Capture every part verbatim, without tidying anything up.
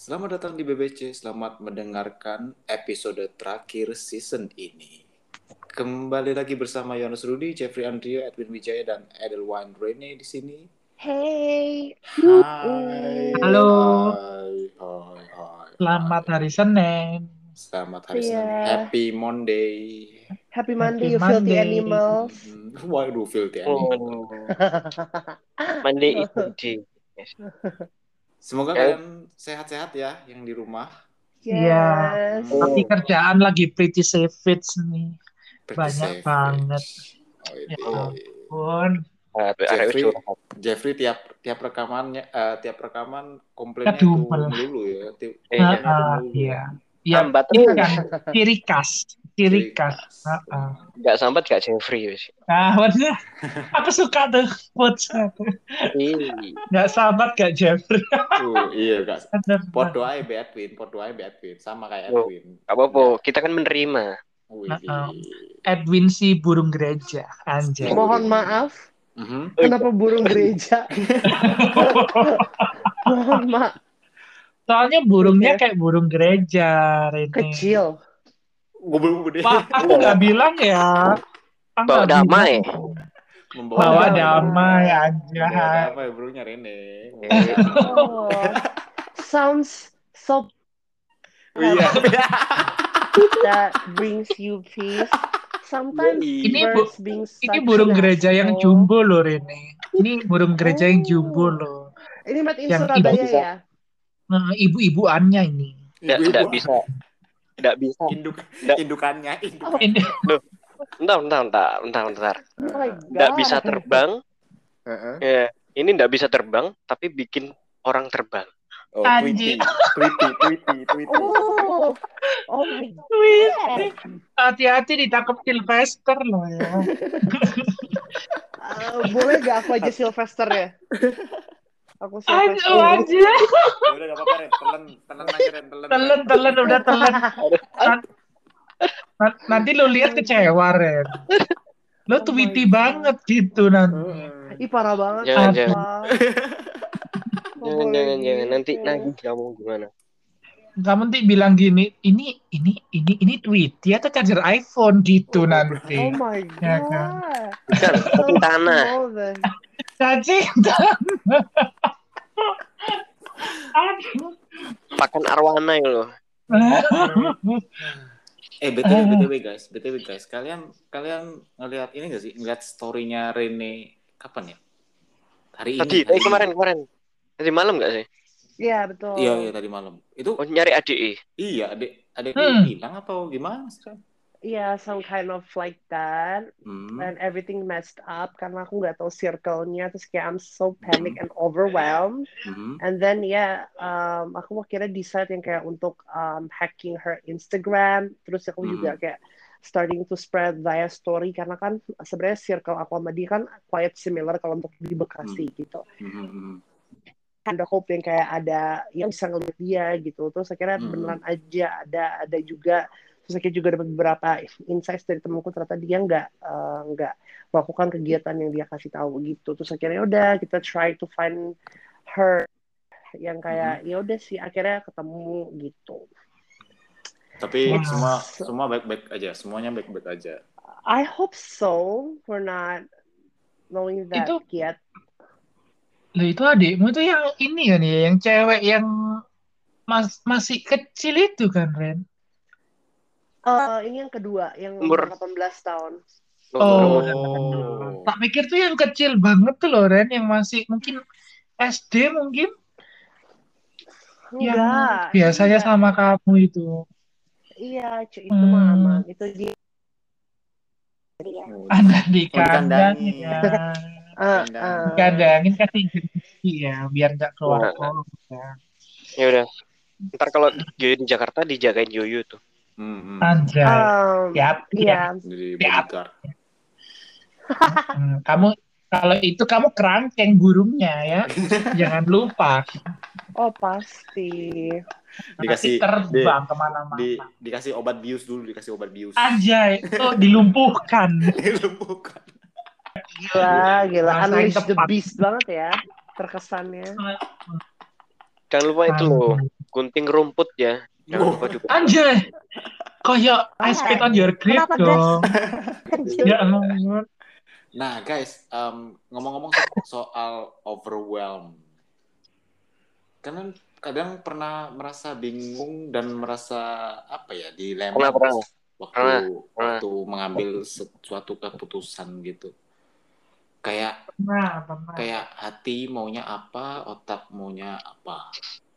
Selamat datang di B B C, selamat mendengarkan episode terakhir season ini. Kembali lagi bersama Yohanes Rudi, Jeffrey Andrio, Edwin Wijaya, dan Edelwine Rene di sini. Hey. Hai. Halo. Hai, hai, hai. Selamat hai. hari Senin. Selamat hari Iya. Senin. Happy Monday. Happy Monday, Happy you filthy Monday. animals. Hmm, Waduh, filthy animal. Oh, Monday is the day. Yes. Semoga Ya. kalian sehat-sehat ya yang di rumah. Iya. Yes. Hmm. Tapi kerjaan lagi pretty savage nih. Pretty Banyak savage. banget. Oh, Ya ini. ampun. Ah, arek Jeffrey, curhat. Jeffrey tiap tiap rekamannya eh, tiap rekaman komplainnya Aduh, tuh malah. melulu ya. Ti- Iya. Komplainnya tuh Ah, melulu. iya. Ya, Sambat ini terus. kan ciri khas. Ciri khas. Ah, ah. Gak sambat gak Jeffrey wis. Nah, maksudnya aku suka tuh quotes-nya tuh. Ih. Nggak sahabat gak Jeffrey. Uh, iya kak. Bener. Podo ae be Edwin, podo ae be Edwin, sama kayak Oh, Edwin. Gak apa-apa, kita kan menerima. Wih. Uh-uh. Edwin si burung gereja, anjay. Mohon maaf, Mhm. kenapa burung gereja? Mohon maaf. Soalnya burungnya Oke. kayak burung gereja, Rene. Kecil. Goblok gede. Wah, aku nggak bilang ya. Aku Bawa nggak damai. bilang. Membawa Bawa damai. damai, Membawa anjay. damai burungnya Rene. Oh, sounds so Oh, iya. that brings you peace. Sometimes Ini bu- birds being Ini such burung an gereja yang asshole. jumbo loh, Rene. Ini burung gereja yang jumbo loh. Ini made in Yang Surabaya ibu- ya? Nah, ibu-ibuannya ini. Gak, Ibu-ibu. gak bisa. Gak bisa. Induk, Nggak. indukannya, indukan. Ini Bentar, bentar, bentar, bentar, bentar. Oh my Gak God. bisa terbang. Heeh. Ya, ini gak bisa terbang, tapi bikin orang terbang. Oh, Anjing. Tweety, Tweety, Tweety, Tweety. Oh, oh my Wih, God. hati-hati ditangkap Sylvester loh ya. Uh, boleh gak aku aja Sylvester ya? Aku Aduh, Sylvester. aja. Ya udah enggak apa-apa, Ren. Telan, telan aja, Ren. Telan. Telan, telan, udah telan. Nan- nan- Nanti lu lihat kecewa, Ren. Lu Oh tweety my God. banget gitu nanti. Heeh. Ih parah banget. Jangan, Pak. jangan. Kok Jangan, boleh jangan, jangan. gitu? Nanti nagih kamu gimana? Kamu nanti bilang gini, ini ini ini ini tweety atau charger iPhone gitu Oh, nanti. Oh my Ya kan? God. Bukan, tapi tanah. Small then. Cacing. Aduh. Pakan arwana itu loh. Eh, B T W, B T W guys, B T W guys, kalian kalian ngelihat ini nggak sih? Ngelihat story-nya Rene kapan ya? Hari ini. Tadi, hari eh, kemarin, kemarin. Tadi malam gak sih? Iya betul. Iya, iya tadi malam. Itu Oh, nyari A D E. iya, adik adik Hmm. hilang atau gimana sih? Iya, some kind of like that. Hmm. And everything messed up karena aku nggak tahu circle-nya. Terus kayak I'm so panic and overwhelmed. Hmm. And then ya, um, aku akhirnya decide yang kayak untuk um, hacking her Instagram. Terus aku Hmm. juga kayak starting to spread via story karena kan sebenarnya circle aku sama dia kan quite similar kalau untuk di Bekasi gitu. Hmm. Ada hope yang kayak ada yang bisa ngeliat dia gitu. Terus akhirnya Hmm. beneran aja ada ada juga. Terus akhirnya juga dapat beberapa insights dari temanku, ternyata dia nggak eh, nggak melakukan kegiatan yang dia kasih tahu gitu. Terus akhirnya udah kita try to find her yang kayak ya udah sih akhirnya ketemu gitu. Tapi Wah. semua semua baik-baik aja, semuanya baik-baik aja. I hope so. We're not knowing that Itu- yet. Loh, itu adikmu itu yang ini kan ya, yang cewek yang mas masih kecil itu kan, Ren? Eh, ini yang kedua, yang Umur. delapan belas tahun. Oh. Oh. Tak pikir tuh yang kecil banget tuh loh, Ren, yang masih mungkin S D mungkin, yang Enggak. biasanya enggak. sama kamu itu. Iya, cu, itu Hmm. mah aman. Itu dia. Ada di Oh, dikandangin. kandang ya. Ah, Kandang. ah. Dikandangin kasih jersi ya, biar nggak keluar Nah. kolong ya. Ya udah. Ntar kalau Joyo di Jakarta dijagain Joyo tuh. Hmm. hmm. Anjay. Um, Yap, Iya. Jadi Yap. bodyguard. Hmm, kamu kalau itu kamu kerangkeng burungnya ya. Jangan lupa. Oh pasti. Dikasih Nanti terbang kemana-mana. di, dikasih obat bius dulu, dikasih obat bius. Anjay, itu dilumpuhkan. Dilumpuhkan. Gila, gila. Rasain Unleash the tepat. beast banget ya. Terkesannya. Jangan lupa itu loh. gunting rumput ya. Jangan Oh. lupa juga. Anjay. Kayak I spit on your grave Kenapa, dong. Kecil. Ya ampun. Nah, guys, um, ngomong-ngomong so- soal overwhelm. Kan kadang pernah merasa bingung dan merasa apa ya, dilema Pernah, pernah. waktu Pernah, pernah. waktu mengambil suatu keputusan gitu. Kayak Nah, pernah. kayak hati maunya apa, otak maunya apa.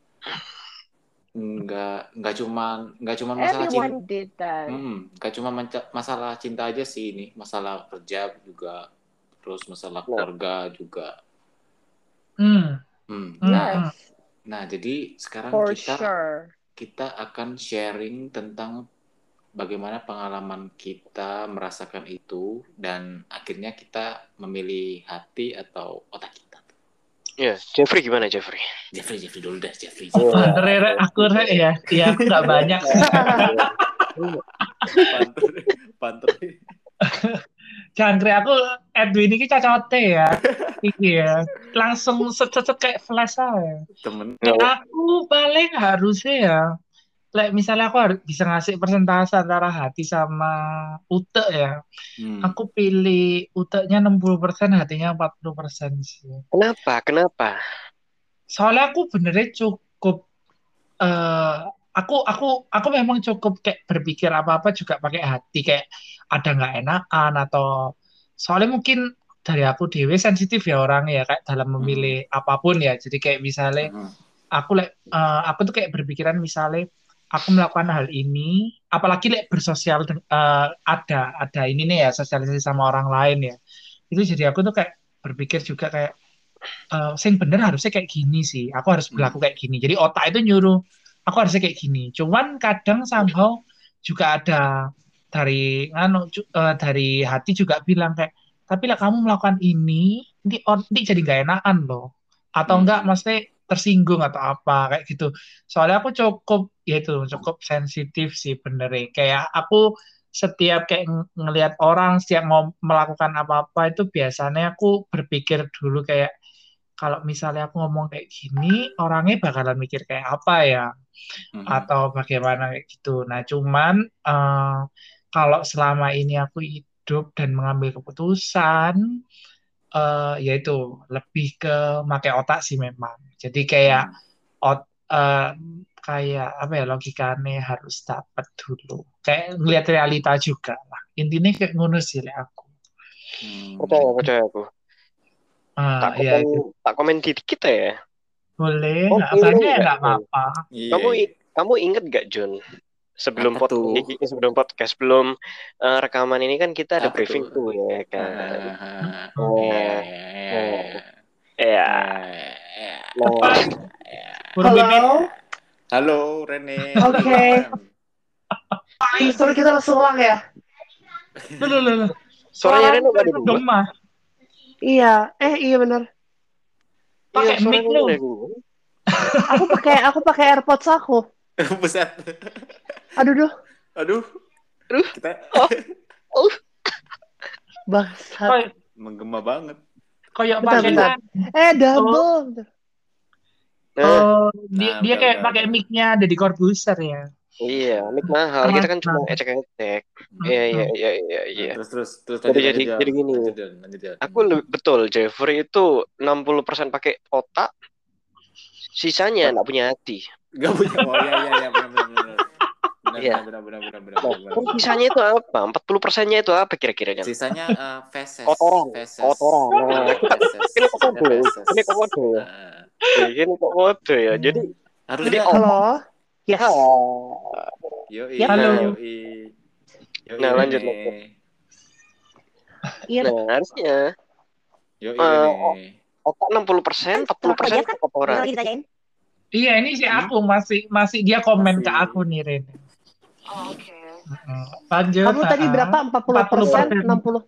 Nggak nggak cuman nggak cuman masalah cinta. Everyone did that. Hmm, nggak cuma menca- masalah cinta aja sih ini, masalah kerja juga, terus masalah keluarga juga. Hmm. Hmm. Hmm. Nah, hmm. Yes, nah jadi sekarang for kita sure. kita akan sharing tentang bagaimana pengalaman kita merasakan itu dan akhirnya kita memilih hati atau otak kita. Ya, Jeffrey gimana Jeffrey? Jeffrey, Jeffrey dulu deh, Jeffrey. Oh. Pantere re, aku re ya. Iya, aku nggak banyak sih. Panter, panter. Jangkrik aku Edwin ini cocote ya. Iki ya. Langsung set-set kayak flash aja. Temen. Kayak aku paling harusnya ya. Like, misalnya aku harus bisa ngasih persentase antara hati sama utek ya. Hmm. Aku pilih uteknya enam puluh persen, hatinya empat puluh persen sih. Kenapa? Kenapa? Soalnya aku benernya cukup eh aku aku aku memang cukup kayak berpikir apa-apa juga pakai hati, kayak ada nggak enakan atau soalnya mungkin dari aku dewe sensitif ya orang ya kayak dalam memilih apapun ya. Jadi kayak misalnya Hmm. aku like, eh, aku tuh kayak berpikiran misalnya aku melakukan hal ini, apalagi like, bersosial eh, ada ada ini nih ya sosialisasi sama orang lain ya. Itu jadi aku tuh kayak berpikir juga kayak eh sing bener harusnya kayak gini sih. Aku harus berlaku kayak gini. Jadi otak itu nyuruh aku harusnya kayak gini. Cuman kadang somehow juga ada dari anu ju- eh, dari hati juga bilang kayak tapi lah kamu melakukan ini, ini on- ini jadi nggak enakan loh. Atau Hmm. enggak maksudnya tersinggung atau apa kayak gitu. Soalnya aku cukup ya itu cukup sensitif sih bener. Kayak aku setiap kayak ng- ngelihat orang setiap mau melakukan apa-apa itu biasanya aku berpikir dulu kayak kalau misalnya aku ngomong kayak gini, orangnya bakalan mikir kayak apa ya, Hmm. atau bagaimana kayak gitu. Nah, cuman eh, kalau selama ini aku hidup dan mengambil keputusan, eh, yaitu lebih ke pakai otak sih memang. Jadi kayak Hmm. ot, eh, kayak apa ya logikanya harus dapat dulu. Kayak ngelihat realita juga lah. Intinya kayak ngono sih lah aku. Hmm. Percaya, percaya aku. Ah, Tak ya komen, itu tak komen dikit kita ya. boleh, Oh, nggak ini banyak ya nggak, nggak John? apa-apa. Iya, Kamu iya. i- kamu inget gak John? Sebelum Apa pod tuh? i- i- sebelum podcast, sebelum eh, rekaman ini kan kita ada Apa briefing tuh? tuh ya kan. Hahaha. Hmm. Iya, Nah, iya, iya, nah, iya. ya, Iya. nah, Tepat, Iya. burung pipit. Halo. Halo, Rene. Oke. Sorry, kita langsung ulang ya. Loh, loh, loh, loh. suaranya Suara Reno gak ada dua. gema. Iya, eh iya benar. Iya, Pakai suara mic Reno lu. gak ada dua. Aku pakai aku pakai AirPods aku. Buset. Aduh duh, Aduh. Aduh. Kita Oh, oh. bangsat. Kayak menggema banget. kayak Bentar, pakai bentar. Eh double. Nah, oh dia Nah, dia udah, kayak udah, pakai udah. mic-nya Deddy Corbuzier ya. iya, mic mahal. Kita kan cuma Nah, ecek-ecek. hmm, Iya, iya, hmm. iya, iya, Nah, iya. terus terus terus Jadi lanjut jadi lanjut jadi Jan. gini. Lanjut Jan, lanjut Jan. Aku lebih betul Jeffrey itu enam puluh persen pakai otak, sisanya nggak punya hati. Gak punya. Oh iya iya iya benar benar benar. Benar Iya. benar benar benar benar Nah, benar. terus sisanya itu apa? empat puluh persennya itu apa kira-kira kan? Sisanya uh, feses. Kotoran, Feses. kotoran. Nah, kita Feses. ini kok kode, Feses. ini kok kode ya. Nah, Ya, ini kok kode ya. Jadi harusnya Jadi, Halo. Yes. ah, yoi Ya, halo. yoi. Yoi, Nah, lanjut, Rene. lanjut. Iya. nah harusnya Yoi Eh, Rene. otak enam puluh persen, empat puluh persen Kan, kotoran. lagi ditanyain. Iya ini si Hmm? aku masih masih dia komen Masih. ke aku nih Ren. Oh, oke. Mm-mm. Lanjut. Kamu tadi ah. berapa? empat puluh persen? enam puluh.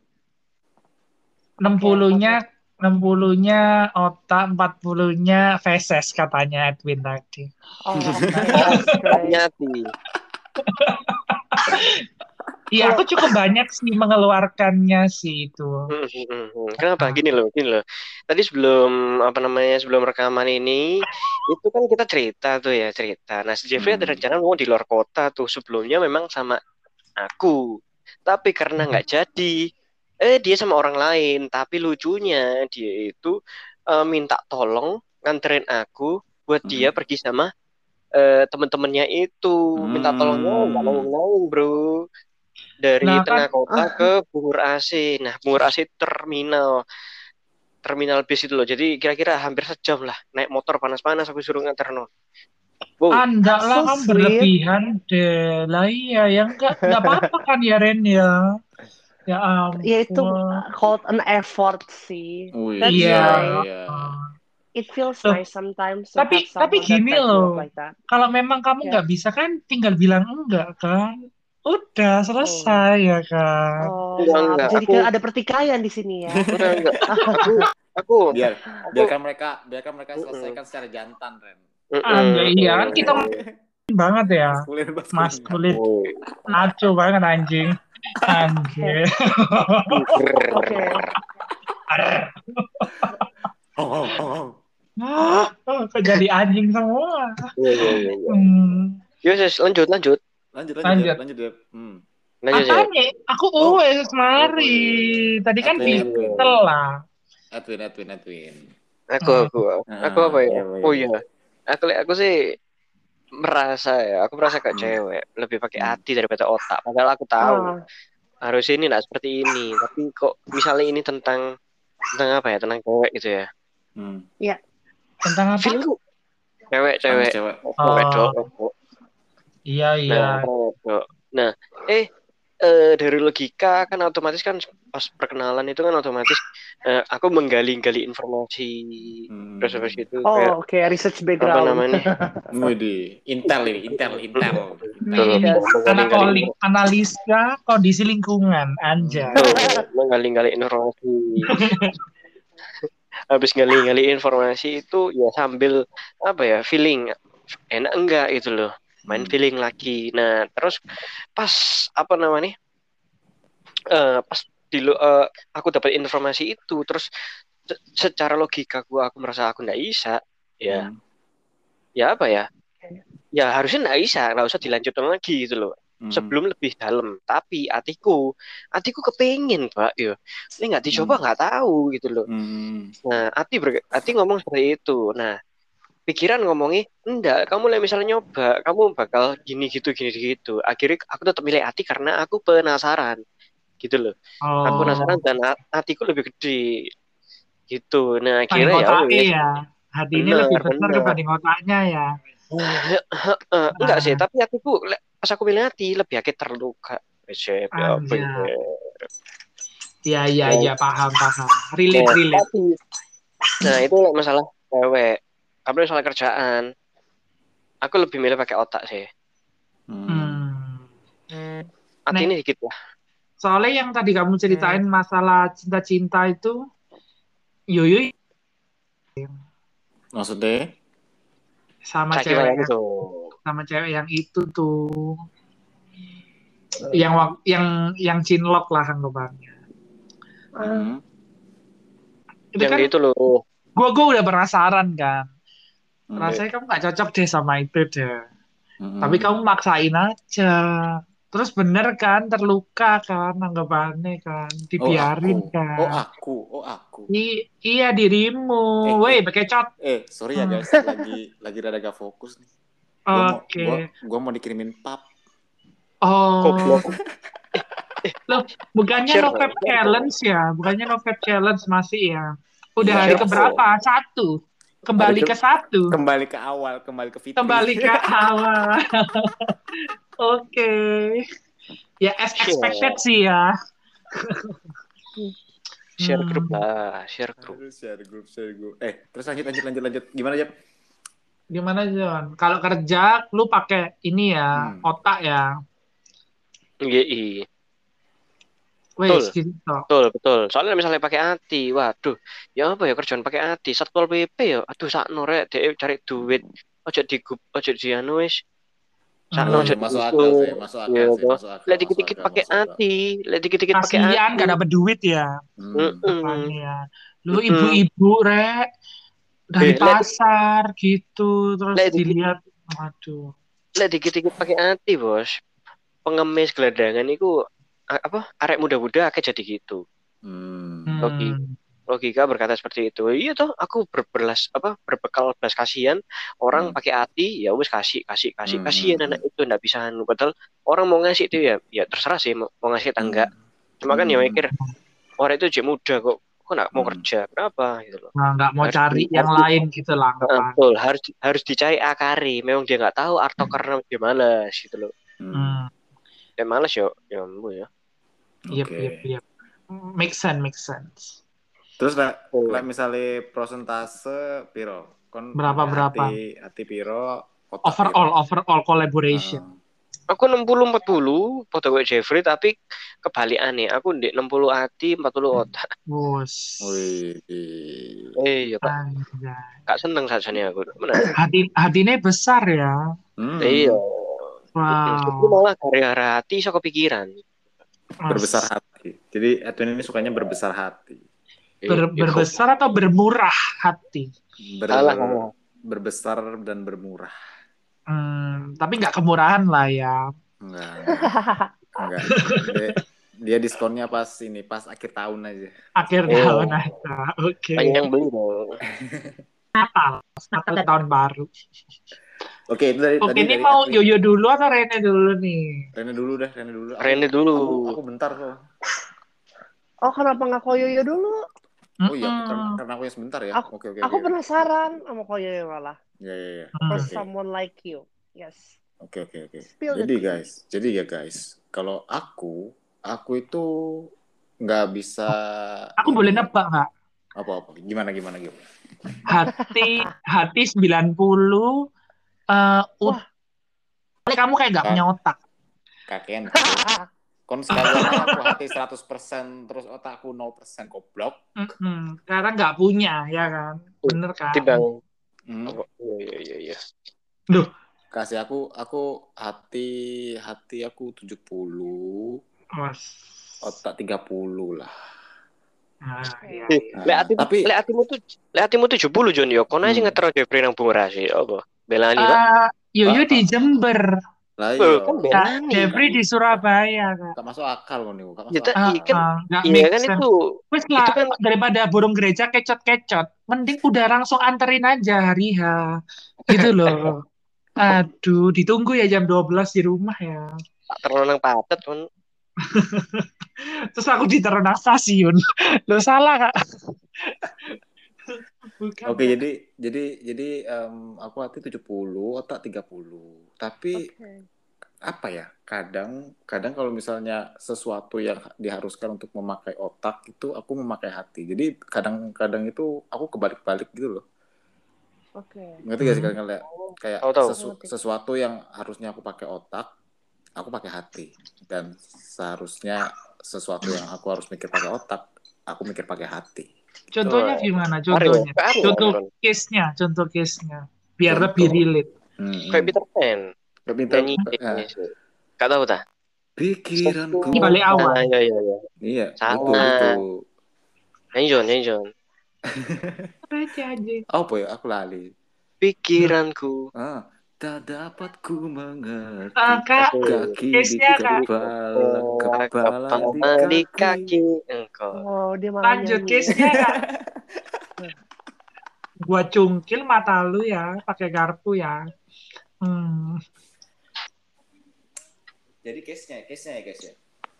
enam puluh-nya enam puluh-nya otak, empat puluh-nya feses katanya Edwin tadi. Oh, oke. That's great. Punya hati. Iya, aku cukup banyak sih mengeluarkannya sih itu. Hmm, hmm, hmm, hmm. Kenapa? Gini loh, gini loh. Tadi sebelum apa namanya sebelum rekaman ini, itu kan kita cerita tuh ya cerita. Nah, si Jeffrey ada Hmm. rencana mau di luar kota tuh sebelumnya memang sama aku, tapi karena nggak jadi, eh dia sama orang lain. Tapi lucunya dia itu eh, minta tolong nganterin aku buat dia Hmm. pergi sama eh, temen-temennya itu. Minta tolongnya nggak Hmm. nanggung-nanggung bro. Dari Nah kan, tengah kota ke Bungur A C. Nah, Bungur A C terminal terminal bis itu loh. Jadi kira-kira hampir sejam lah naik motor panas-panas aku suruh nganterno. Wow. anda lah So kan sweet. berlebihan deh. Lah iya, ya enggak, enggak apa-apa kan ya Ren ya. Ya Ya itu ampun. called an effort sih. Wih, That's Iya. iya, nice. iya. It feels Loh, nice sometimes to have tapi tapi someone that gini back you up loh. like that. Kalau memang kamu Ya. nggak bisa kan tinggal bilang enggak kan. Udah Oh. selesai ya kan. Oh, Enggak, maaf. enggak. Jadi Aku kayak ada pertikaian di sini ya. enggak, enggak. Aku aku Biar aku biarkan mereka biarkan mereka Mm-mm. selesaikan secara jantan, Ren. Anda iya kan kita Mm-mm. banget ya. Maskulin, maskulin. Maskulin. Oh. Maco banget anjing. Anjing. Oke. Oh, oh, oh. Ah, kok jadi anjing semua. Iya, iya, iya, iya. Hmm. Yuk, Sis, lanjut, lanjut. Lanjut, lanjut, Lanjut. Jep, lanjut, Jep. Hmm. Lanjut, Apaan Jep. nih? Aku Oh. uwes Oh, mari. iya. Tadi kan Edwin, di Edwin. telah. Edwin, Edwin, Edwin. Aku, Hmm. aku, aku Ah, apa ya? iya, iya, Oh iya. iya. Aku, aku sih merasa ya, aku merasa kayak Hmm. cewek lebih pakai Hmm. hati daripada otak. Padahal aku tahu Ah. harus ini nggak seperti ini. Tapi kok misalnya ini tentang tentang apa ya? Tentang cewek gitu ya. Hmm. Ya. Tentang apa? Feelingku cewek, Tentang cewek, cewek. cewek, Oh. dok, dok. Iya, Nah, iya. dok. Nah, eh eh, dari logika kan otomatis kan pas perkenalan itu kan otomatis eh, aku menggali-gali informasi Hmm. terus habis itu kayak Oh, oke. Research apa background. namanya? Widih, intel ini, intel, intel. Nih, Yes. anak Menggali-gali calling, analisa kondisi lingkungan, anjay. Tuh, menggali-gali informasi. Habis gali-gali informasi itu ya sambil apa ya feeling enak enggak gitu loh, main Hmm. feeling lagi. Nah terus pas apa namanya eh pas di lo- eh, aku dapat informasi itu terus se- secara logika gua aku merasa aku nggak bisa ya Hmm. ya apa ya ya harusnya nggak bisa nggak usah dilanjutkan lagi gitu loh Hmm. sebelum lebih dalam. Tapi hatiku hatiku kepengin pak yo ini nggak dicoba Hmm. nggak tahu gitu loh. Hmm. Nah hati ber- hati ngomong seperti itu. Nah pikiran ngomongnya enggak kamu lah misalnya nyoba kamu bakal gini gitu gini gitu. Akhirnya aku tetap milih hati karena aku penasaran gitu loh. Aku penasaran Oh, dan ha- hatiku lebih gede gitu. Nah paling akhirnya ya otaknya wes ya. Hati ini bener lebih besar bener. dibanding otaknya ya. Eh, enggak sih Nah, tapi hatiku le- pas aku milih hati lebih akhir terluka. Wes, ya apa anjay. gitu. Iya, iya, Nah, iya, paham, paham. Relate, nah, relate. tapi nah itu masalah cewek. Tapi masalah kerjaan, aku lebih milih pakai otak sih. Hmm. Hmm. Hati Nek, ini dikit lah. soalnya yang tadi kamu ceritain masalah cinta-cinta itu, yoyo Maksudnya? sama Saiki cewek bayang yang, itu. sama cewek yang itu tuh, yang wak- yang yang cinlok lah anggapannya. Hmm. Itu Yang kan, di itu loh. gue gue udah penasaran kan. Hmm. Rasanya kamu gak cocok deh sama itu deh. Hmm. Tapi kamu maksain aja. Terus bener kan, terluka kan anggapannya kan, Oh, dibiarin aku. kan. Oh, aku. Oh, aku. I- iya dirimu. Eh, Woi, eh. pakai cot. Eh, sorry ya Hmm. guys, lagi lagi rada gak fokus nih. Gua mau Oke. gua, gua mau dikirimin pap. Oh, Goblok. loh, bukannya Share no dong, vape share dong. challenge ya? Bukannya no vape challenge masih ya? Udah Iya, hari Share dong. keberapa? Satu. Kembali Hari ke ke- satu. Kembali ke awal, kembali ke Fitri. Kembali ke awal. Oke. Ya, as expected Share. sih ya. Share Hmm. grup lah, share grup. Aduh, share group, share group. Eh, terus lanjut, lanjut, lanjut, lanjut. Gimana, Jep? Gimana, John? Kalau kerja, lu pakai ini ya, Hmm. otak ya. Iya, iya. Wes, Betul. gitu. Betul, betul. Soalnya misalnya pakai hati, waduh, ya apa ya kerjaan pakai hati. Satpol P P ya, aduh sakno rek, dhek cari duit. Ojo digup, ojo dianu wis. Sakno Hmm. jadi masuk gitu. akal sih, masuk akal Iya sih, toh. masuk akal, Lek masuk dikit-dikit akal, pakai masuk akal. hati, lek dikit-dikit pakai Kasihan hati. gak dapet duit ya. Hmm. Mm-mm. Makanya ya. Lu Mm-mm. ibu-ibu rek dari Eh, lek pasar gitu terus lek dikit dilihat, waduh. lek dikit-dikit pakai hati, Bos. Pengemis geladangan itu a- apa? Arek muda-muda akeh jadi gitu. Hmm. Logi, Hmm. logika berkata seperti itu. Iya toh, aku berbelas apa berbekal belas kasihan orang Hmm. pakai hati, ya wes kasih kasih kasih Hmm. kasihan Hmm. anak itu ndak bisa anu. Padahal orang mau ngasih itu ya ya terserah sih mau, mau ngasih atau enggak. Cuma kan ya Hmm. mikir orang itu aja muda kok kok nggak mau Hmm. kerja kenapa gitu loh. Nah, nggak mau Harus cari di, yang harus di, lain gitu lah Heeh, anggapan. betul harus di- harus dicari akari. Memang dia nggak tahu atau karena dia malas gitu loh. Hmm. Hmm. Dia malas yo ya ambu ya. Yep, Oke. yep, yep. Make sense, make sense. Terus lah, Oh. lah misalnya prosentase piro, kon Berapa, hati berapa? hati piro, otak piro. Overall, overall collaboration. Heeh. Aku enam puluh empat puluh foto gue Jeffrey tapi kebalikannya aku di enam puluh hati empat puluh otak. Bos. Wih. Eh iya Pak, Anjay. gak seneng sajane aku. Mana? Hati hatinya besar ya. Hmm. Iya. Wow. Itu malah gara-gara hati so kepikiran. Berbesar hati. Jadi Edwin ini sukanya berbesar hati. Ber, berbesar atau bermurah hati? Ber, Salah, salah. berbesar dan bermurah. Hmm, tapi nggak kemurahan lah ya. Enggak, enggak. Enggak. Dia, dia diskonnya pas ini, pas akhir tahun aja. Akhir Oh. tahun aja. Oke. Banyak yang beli dong. Natal, Natal dan tahun baru. Oke, itu dari Oke, tadi ini dari mau Edwin. Yoyo dulu atau Rene dulu nih? Rene dulu dah, Rene dulu. Aku, Rene dulu. Aku, aku bentar kok. Oh, kenapa nggak Koyoyo dulu? Oh iya, Mm-mm. karena, karena aku yang sebentar ya. Aku, Oke, oke, aku oke. penasaran sama Koyoyo malah. Ya, ya, ya. Hmm. For Oke. someone like you. Yes. Oke, oke, oke. Spill the Jadi tea. guys, jadi ya guys, kalau aku, aku itu nggak bisa. Aku ini boleh ya. nebak nggak? Apa-apa? Gimana, gimana, gimana? Hati, hati sembilan puluh. Uh, Wah. ut- kamu kayak nggak Kak. punya otak. Kakek. Kon sekalian aja aku hati seratus persen terus otakku nol persen goblok. Mm-mm. Karena nggak punya, ya kan? Bener kan? Timbang. Hmm. Oh, iya iya iya iya. Duh. Kasih aku aku hati hati aku tujuh puluh, Mas. otak tiga puluh lah. Nah, iya, Eh, iya. lek atimu Tapi- lek atimu tuh lek atimu tujuh puluh Jon yo. Kono aja Hmm. ngetero Jeffrey nang Bung Rasi apa? Belani, Pak. Uh, Yoyo Ah, di ah. Jember, Lah Loh, iya. kan Kak Belani. Jeffrey Pak. di Surabaya, Kak. Gak masuk akal kon niku, gak Ya, masuk tak- akal. iya kan, Ah, nggak iya make kan sense. itu. Wes lah, Itu kan daripada burung gereja kecot-kecot, mending udah langsung anterin aja hari H. Gitu loh. Aduh, ditunggu ya jam dua belas di rumah ya. tak terlalu nang patet kan. Terus aku ditaruh nang stasiun. Loh salah, Kak. Bukan. Oke, Kak. jadi jadi jadi em, aku hati tujuh puluh, otak tiga puluh. Tapi Oke. apa ya? Kadang kadang kalau misalnya sesuatu yang diharuskan untuk memakai otak itu aku memakai hati. Jadi kadang-kadang itu aku kebalik-balik gitu loh. Oke. Ngerti gak sih Hmm. kalian kayak kayak Tahu, tahu. sesu- sesuatu yang harusnya aku pakai otak, aku pakai hati. Dan seharusnya sesuatu yang aku harus mikir pakai otak, aku mikir pakai hati. Contohnya gimana? Aryo, Contohnya. Kak Aryo, Contoh Ron. case-nya, contoh case-nya. Biar Contoh. lebih relate. Hmm, Kayak Peter Pan. Gak pinter. Nyanyi. Eh, Gak tahu tak? pikiranku. Ini balik awal. Nah, iya iya iya. Iya, Salah. itu itu. Nyanyi Jon, nyanyi Jon. Receh aja. Apa ya? Aku lali. Pikiranku. Ah, tak dapat ku mengerti. Ah, Kak, Kaki di case-nya, Kak. kepala, kepala Kepala di di kaki. kaki engkau. Oh, dia malah Lanjut nyanyi. case-nya, Kak. Gua cungkil mata lu ya, pakai garpu ya. Hmm. Jadi case-nya, case-nya ya guys ya.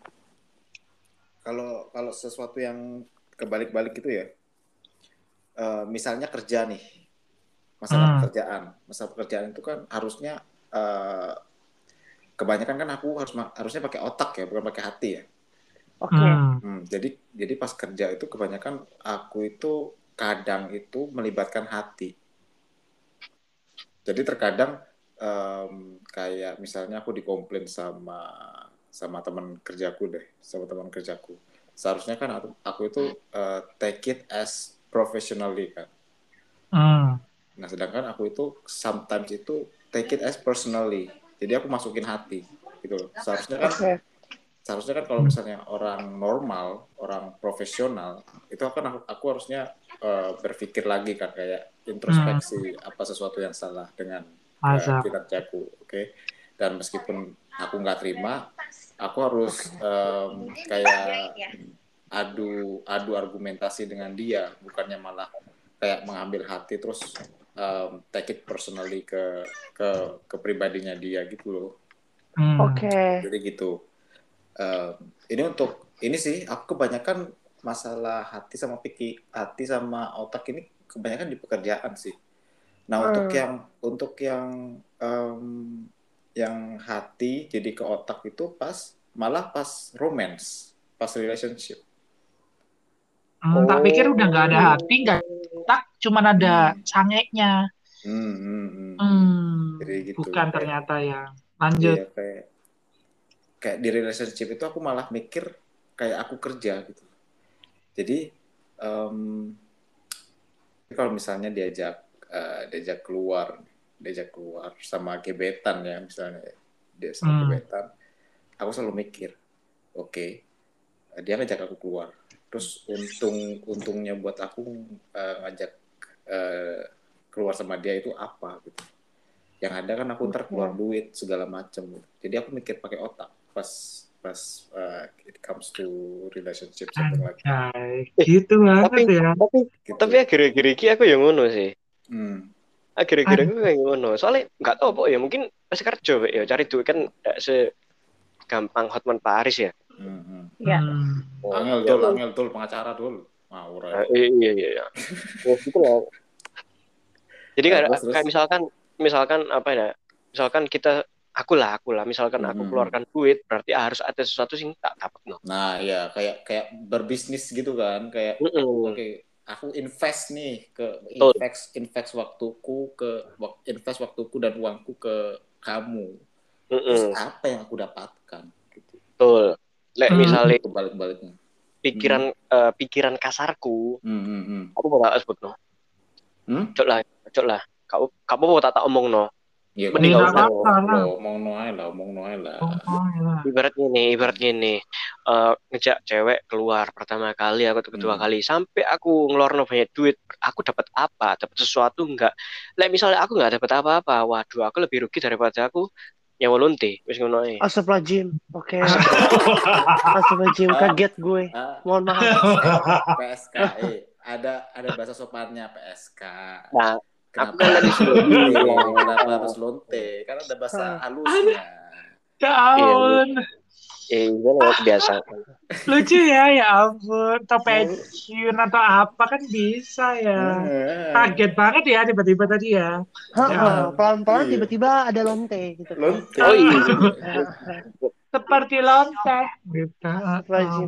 Kalau kalau sesuatu yang kebalik-balik gitu ya. eh, misalnya kerja nih. Masalah Hmm. pekerjaan. Masalah pekerjaan itu kan harusnya eh, kebanyakan kan aku harus harusnya pakai otak ya, bukan pakai hati ya. Oke. Hmm. Hmm, jadi jadi pas kerja itu kebanyakan aku itu kadang itu melibatkan hati. Jadi terkadang em, kayak misalnya aku dikomplain sama sama teman kerjaku deh, sama teman kerjaku. Seharusnya kan aku, aku itu eh, take it as professionally kan. Hmm. Nah sedangkan aku itu sometimes itu take it as personally. jadi aku masukin hati gitu loh. Seharusnya kan Oke. seharusnya kan kalau misalnya orang normal, orang profesional, itu kan aku, aku harusnya uh, berpikir lagi kan, kayak introspeksi apa sesuatu yang salah dengan uh, Masa. kinerjaku, oke? Okay? Dan meskipun aku nggak terima, aku harus um, kayak adu adu argumentasi dengan dia, bukannya malah kayak mengambil hati terus um, take it personally ke ke ke pribadinya dia gitu loh. Hmm. Oke. Jadi gitu. Uh, ini untuk ini sih aku kebanyakan masalah hati sama pikir hati sama otak ini kebanyakan di pekerjaan sih. Nah Hmm. untuk yang untuk yang um, yang hati jadi ke otak itu pas malah pas romance, pas relationship. Hmm, tak pikir udah nggak ada hati, nggak ada otak, cuman ada Hmm. sangeknya. Hmm, hmm, hmm. Hmm, Jadi gitu. bukan Kayak- ternyata ya. Lanjut. Iya kayak kayak di relationship itu aku malah mikir kayak aku kerja gitu. Jadi um, kalau misalnya diajak uh, diajak keluar, diajak keluar sama gebetan ya misalnya dia sama Hmm. gebetan, aku selalu mikir, oke, okay, dia ngajak aku keluar, terus untung untungnya buat aku uh, ngajak uh, keluar sama dia itu apa gitu. Yang ada kan aku ntar keluar duit segala macam gitu. Jadi aku mikir pakai otak pas pas uh, it comes to relationship something like that. Anjay, gitu banget Tapi ya. tapi Gitu. tapi akhir-akhir iki aku yang ngono sih. Hmm. Akhir-akhir aku kayak ngono. Soalnya nggak tahu apa ya, mungkin masih kerja Pak, ya cari duit kan nggak segampang Hotman Paris ya. Hmm, hmm. Ya. Hmm. Oh, Angel iya, dul, iya. angel dul pengacara dul. Ngawur aja. Ah, iya iya iya. iya. Ya, gitu lah. Jadi Ya, kayak, terus, terus. kayak misalkan misalkan apa ya? Misalkan kita aku lah aku lah misalkan Hmm, aku hmm, keluarkan duit berarti harus ada sesuatu sing tak dapat no. Nah, ya kayak kayak berbisnis gitu kan, kayak Mm-mm. oke, aku invest nih ke Betul. invest invest waktuku ke wak- invest waktuku dan uangku ke kamu. Terus Mm-mm. apa yang aku dapatkan gitu. Betul. Lek Hmm. misalnya Kebalik-baliknya. pikiran eh, pikiran kasarku, Hmm, hmm, hmm. aku mau tak sebut no. Hmm? Cok lah, cok lah. Kau kamu mau tak tak omong no. Ya, Mending Ya, nggak nggak usah. apa-apa lah. lo omong no ae lah, omong no ae lah. Oh, ya. Ibarat gini, ibarat gini. Eh, ngejak cewek keluar pertama kali, aku kedua Hmm. kali, sampai aku ngeluarin banyak duit, aku dapat apa? Dapat sesuatu enggak? Lek misalnya aku nggak dapat apa-apa, waduh, aku lebih rugi daripada aku nyawa lonte, wis ngono ae. Astagfirullahaladzim. Oke. Ah. Astagfirullahaladzim. Ah. Kaget gue. Ah, Mohon maaf. P S K, eh, ada ada bahasa sopannya P S K. Nah, aku Kenapa kan tadi harus sudah lonte? bilang. Kenapa harus lonte? Karena ada bahasa halusnya. Ya Iya, ampun. eh, gimana ya kebiasaan. Lucu ya, ya ampun. Atau pensiun atau apa kan bisa ya. Kaget banget ya tiba-tiba tadi ya. Ha-ha, pelan-pelan Iya. tiba-tiba ada lonte gitu. Lonte. Oh iya. Seperti lonteh. Gitu. Astagfirullahaladzim.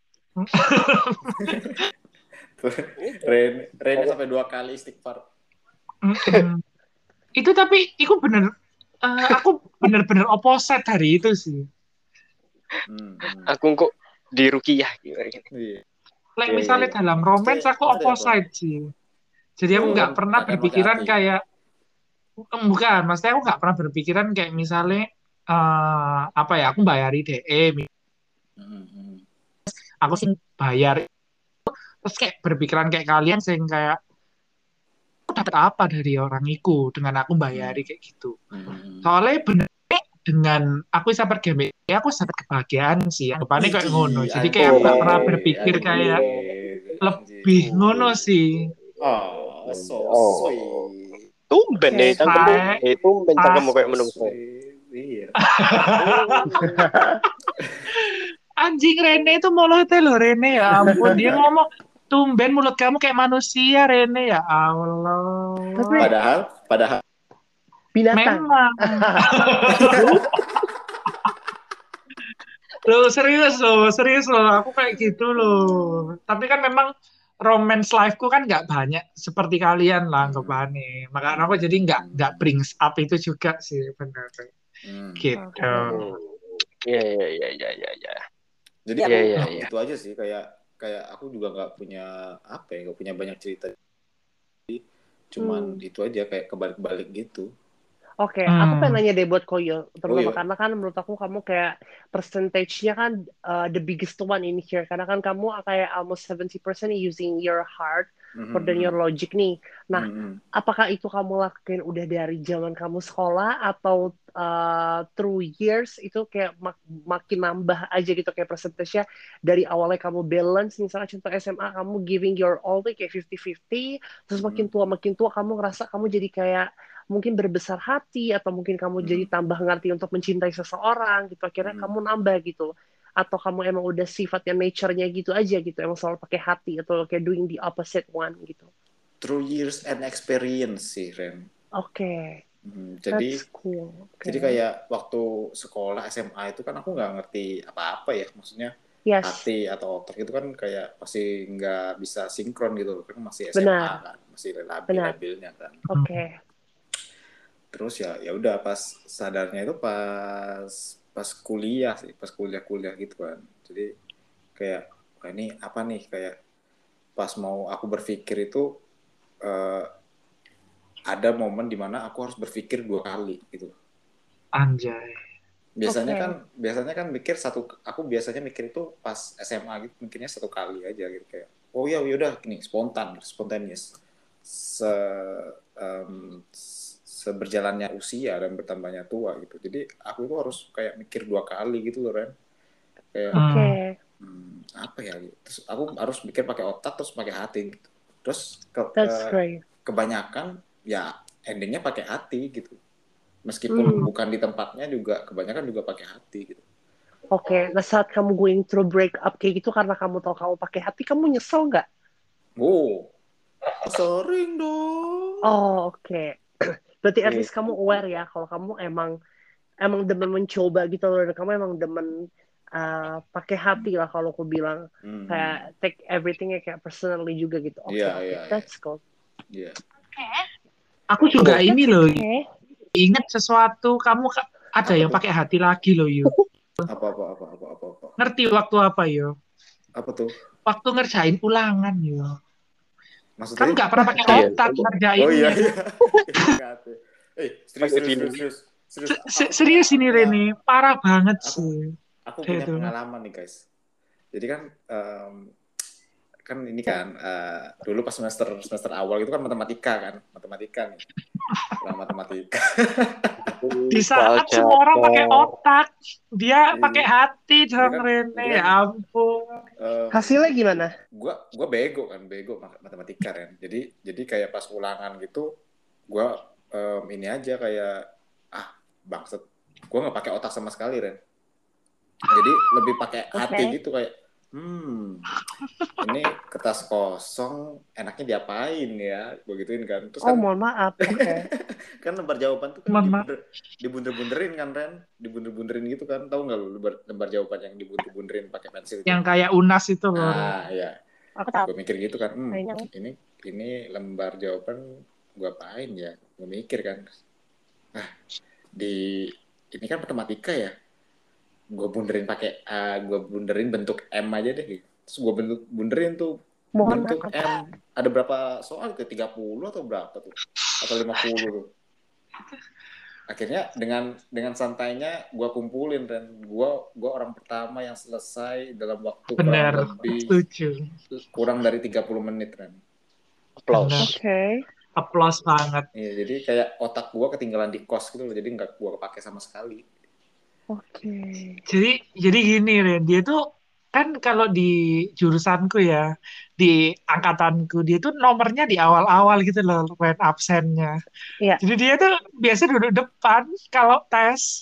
Ren, Ren sampai dua kali istighfar. Mm-mm. Itu tapi itu bener eh, aku bener-bener opposite hari itu sih. Hmm, hmm. Aku kok di rukiah gimana gini. Iya. Like Iya, misalnya iya, iya. dalam romance Maksudnya- aku maksudnya apa? opposite sih. Jadi aku Hmm. nggak pernah Bahkan pakai berpikiran hati. kayak Em, bukan, maksudnya aku nggak pernah berpikiran kayak misalnya eh, apa ya, aku bayari D E, Hmm, hmm. aku sih bayar, terus kayak berpikiran kayak kalian sih kayak aku dapat apa dari orang itu dengan aku bayari kayak gitu. Hmm. Soalnya bener dengan aku bisa pergi ya aku dapat kebahagiaan sih, anggapannya kayak ngono. Jadi kayak aku nggak pernah berpikir kayak lebih ngono sih. Oh, so Oh. sweet. Tumben nih, Oke. cangkemmu, Saya- eh tumben pas- cangkemmu kayak menungso. Iya. Anjing Rene itu mulutnya loh Rene, ya ampun, dia ngomong tumben mulut kamu kayak manusia Rene, ya Allah. Tapi- Padahal, padahal Binatang. Memang. Loh, serius loh, serius loh, aku kayak gitu loh. Tapi kan memang romance life-ku kan nggak banyak seperti kalian lah, Hmm. anggapannya. Makanya aku jadi nggak nggak brings up itu juga sih, benar. Hmm. Gitu. Iya iya iya iya iya. Ya. Jadi Iya, aku iya, aku iya. itu aja sih, kayak kayak aku juga nggak punya apa ya, nggak punya banyak cerita. Cuman Hmm. itu aja kayak kebalik-balik gitu. Oke, aku pengen Hmm. nanya deh buat Koyo, Oh terutama iya. karena kan menurut aku kamu kayak percentage-nya kan uh, the biggest one in here, karena kan kamu kayak almost seventy percent using your heart more than your Mhm, logic nih. Nah, mhm, mhm. apakah itu kamu lakuin udah dari zaman kamu sekolah atau uh, through years itu kayak mak- makin nambah aja gitu kayak percentage-nya dari awalnya kamu balance, misalnya contoh S M A kamu giving your all tuh kayak fifty fifty, terus makin Mhm, tua makin tua kamu ngerasa kamu jadi kayak mungkin berbesar hati atau mungkin kamu jadi mhm, tambah ngerti untuk mencintai seseorang gitu akhirnya mhm. kamu nambah gitu atau kamu emang udah sifatnya nature-nya gitu aja gitu emang selalu pakai hati atau kayak doing the opposite one gitu. Through years and experience sih, Ren. Oke, Mhm, that's Jadi, cool. Oke, jadi kayak waktu sekolah S M A itu kan aku nggak ngerti apa-apa ya, maksudnya yes, hati atau otak itu kan kayak masih nggak bisa sinkron gitu loh, kan masih S M A benar, kan, masih benar. labil-labilnya kan. Oke, Terus ya ya udah pas sadarnya itu pas pas kuliah sih, pas kuliah-kuliah gitu kan. Jadi kayak wah ini apa nih kayak pas mau aku berpikir itu eh, ada momen dimana aku harus berpikir dua kali gitu. Anjay. Biasanya oke, kan biasanya kan mikir satu aku biasanya mikir itu pas S M A gitu mikirnya satu kali aja gitu kayak oh ya udah gini spontan spontaneous se em, seberjalannya usia dan bertambahnya tua gitu. Jadi aku itu harus kayak mikir dua kali gitu loh Ren. Kayak oke, Hmm. hmm, apa ya gitu. Terus aku harus mikir pakai otak terus pakai hati gitu. Terus ke, that's ke- great. kebanyakan ya endingnya pakai hati gitu. Meskipun Hmm, bukan di tempatnya juga kebanyakan juga pakai hati gitu. oke. Nah saat kamu going through break up kayak gitu karena kamu tahu kamu pakai hati, kamu nyesel nggak? Oh, sering dong. Oh, oke. Berarti at Iya. least kamu aware ya kalau kamu emang emang demen mencoba gitu loh dan kamu emang demen uh, pakai hati lah kalau aku bilang Hmm, kayak take everything kayak personally juga gitu. Oke, iya, oke, iya, iya. that's cool. Iya. Aku juga Oh, ini That's loh, okay. ingat sesuatu kamu ka- ada Apa yang tuh? pakai hati lagi loh, Yu. Apa, apa, apa, apa, apa, apa. Ngerti waktu apa, Yu? Apa tuh? Waktu ngerjain ulangan, Yu. Kamu Maksudnya? nggak pernah pakai iya. otak Oh ngerjainnya. iya, iya. Ingat. Eh, serius, Pakai serius, dinding. serius, serius. Serius, Se- se- aku punya, serius aku ini punya, Reni, parah banget aku, sih. aku Kayak punya itu. pengalaman nih guys. Jadi kan, em, kan ini kan eh, dulu pas semester semester awal itu kan matematika kan, matematika nih, ulang matematika. Di Soal saat semua orang pakai Java. otak, dia pakai Jadi, hati jadi dong kan, Rene. jadi kan, Ya ampun. em, Hasilnya gimana? gua gua bego kan, bego mat- matematika kan. Jadi jadi kayak pas ulangan gitu, gua em, ini aja kayak ah bangsat, gua nggak pakai otak sama sekali Ren. Jadi lebih pakai hati Oke. gitu kayak hmm ini kertas kosong enaknya diapain ya begituin kan terus Oh, kan mohon maaf. Oke. kan lembar jawaban tuh kan Mama, dibunder dibunder-bunderin kan Ren dibunder-bunderin gitu kan tahu nggak lu lembar, lembar jawaban yang dibunder-bunderin pakai pensil yang gitu kayak unas itu loh. Ren. ah ya Aku tahu. gue mikir gitu kan hmm, Kayaknya. ini ini lembar jawaban gue apain ya gue mikir kan ah di ini kan matematika ya gue bunderin pakai uh, gue bunderin bentuk M aja deh gitu. Terus gue bentuk bunderin tuh Mohon bentuk maaf. M ada berapa soal ke tiga puluh atau berapa tuh atau lima puluh tuh akhirnya dengan dengan santainya gue kumpulin dan gue gue orang pertama yang selesai dalam waktu kurang Bener, lebih setuju. kurang dari tiga puluh menit kan Applause. Bener. Oke. Applause banget. iya jadi kayak otak gue ketinggalan di kos gitu loh jadi nggak gue kepake sama sekali Oke. Jadi jadi gini Ren, dia tuh kan kalau di jurusanku ya, di angkatanku dia tuh nomornya di awal-awal gitu loh, Ren absennya. Iya. Jadi dia tuh biasa duduk depan kalau tes.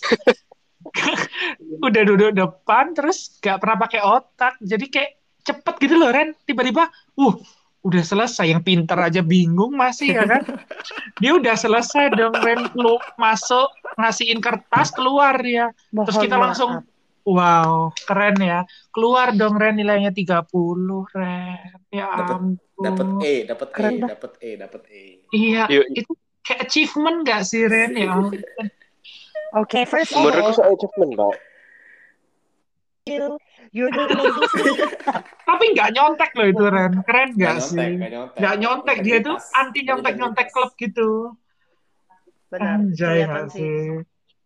Udah duduk depan terus gak pernah pakai otak. Jadi kayak cepet gitu loh Ren. Tiba-tiba, uh, udah selesai. Yang pinter aja bingung masih ya kan. Dia udah selesai dong Ren. Lu masuk, ngasihin kertas, keluar ya. Terus Mohon kita langsung, maaf. wow, keren ya. Keluar dong Ren nilainya tiga puluh Ren. Ya dapat dapat ampun. E dapat E Keren dah. dapat E dapat E Iya, Yuk, itu kayak achievement gak sih Ren? Ya ampun. Oke, first of menurutku all, soal achievement, Pak. you, you're the amazing. Tapi nggak nyontek loh itu Ren. Keren nggak nggak nyontek sih? nggak nyontek Nggak nyontek. Dia tuh integritas anti nyontek-nyontek berintegritas klub gitu. Benar, Anjay kelihatan nggak sih. sih?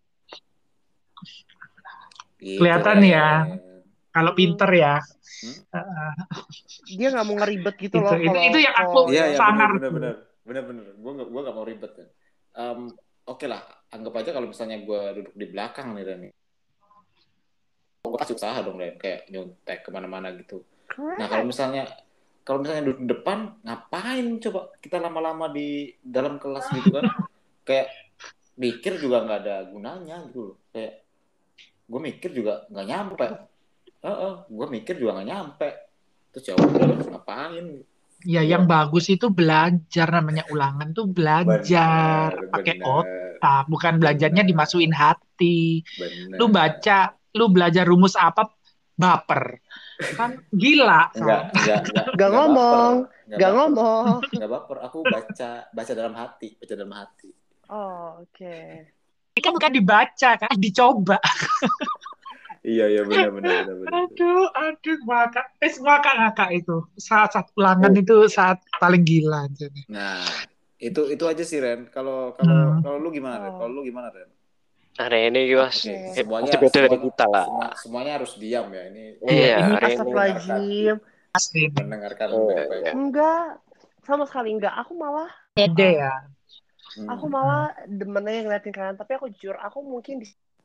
Gitu, Kelihatan ya, Ren. kalau Mm-mm. pinter ya. Hmm? Uh, Dia nggak mau ngeribet gitu itu, loh itu, kalau itu yang aku kalau Iya, ya. ya, benar, sangar benar, tuh. benar, benar, benar. Gue nggak, gue nggak mau ribet kan. Em, Oke lah, anggap aja kalau misalnya gue duduk di belakang nih, Ren. Gue pasti usaha dong, Ren, kayak nyontek kemana-mana gitu. Nah, kalau Correct. misalnya, kalau misalnya duduk di depan, ngapain coba kita lama-lama di dalam kelas gitu kan? Kayak mikir juga nggak ada gunanya gitu loh. Kayak gue mikir juga nggak nyampe. Heeh, gue mikir juga nggak nyampe. Terus ya udah, terus ngapain? Ya, Gue yang bagus itu belajar, namanya ulangan tuh belajar bener, pakai bener, otak, bukan belajarnya bener, dimasukin hati. Lu bener. baca, lu belajar rumus apa, baper. Kan gila, Enggak, kan? enggak, enggak, Gak enggak baper, ngomong, enggak gak baper, ngomong. enggak baper. Aku baca, baca dalam hati, baca dalam hati. Oh, oke. Okay. Ini kan bukan dibaca, kan dicoba. Iya, iya, benar, benar, benar, benar. Aduh, aduh, ngakak. Eh, ngakak ngakak itu. Saat saat ulangan Oh, itu saat paling gila. Jadi. nah, itu itu aja sih Ren. Kalau kalau Hmm. kalau lu gimana Ren? Kalau Oh, lu gimana Ren? Nah, ini mas Oke, oke. semuanya pasti beda dari semuanya kita lah. semua semuanya harus diam ya. Ini Iya, Iya, ini hari harus ini. mendengarkan, Astagfirullahaladzim. pasti nih. mendengarkan Iya, baik-baik. iya. Enggak, sama sekali enggak. Aku malah, Ide uh, ya. aku Hmm. malah demennya ngeliatin kalian. Tapi aku jujur, aku mungkin di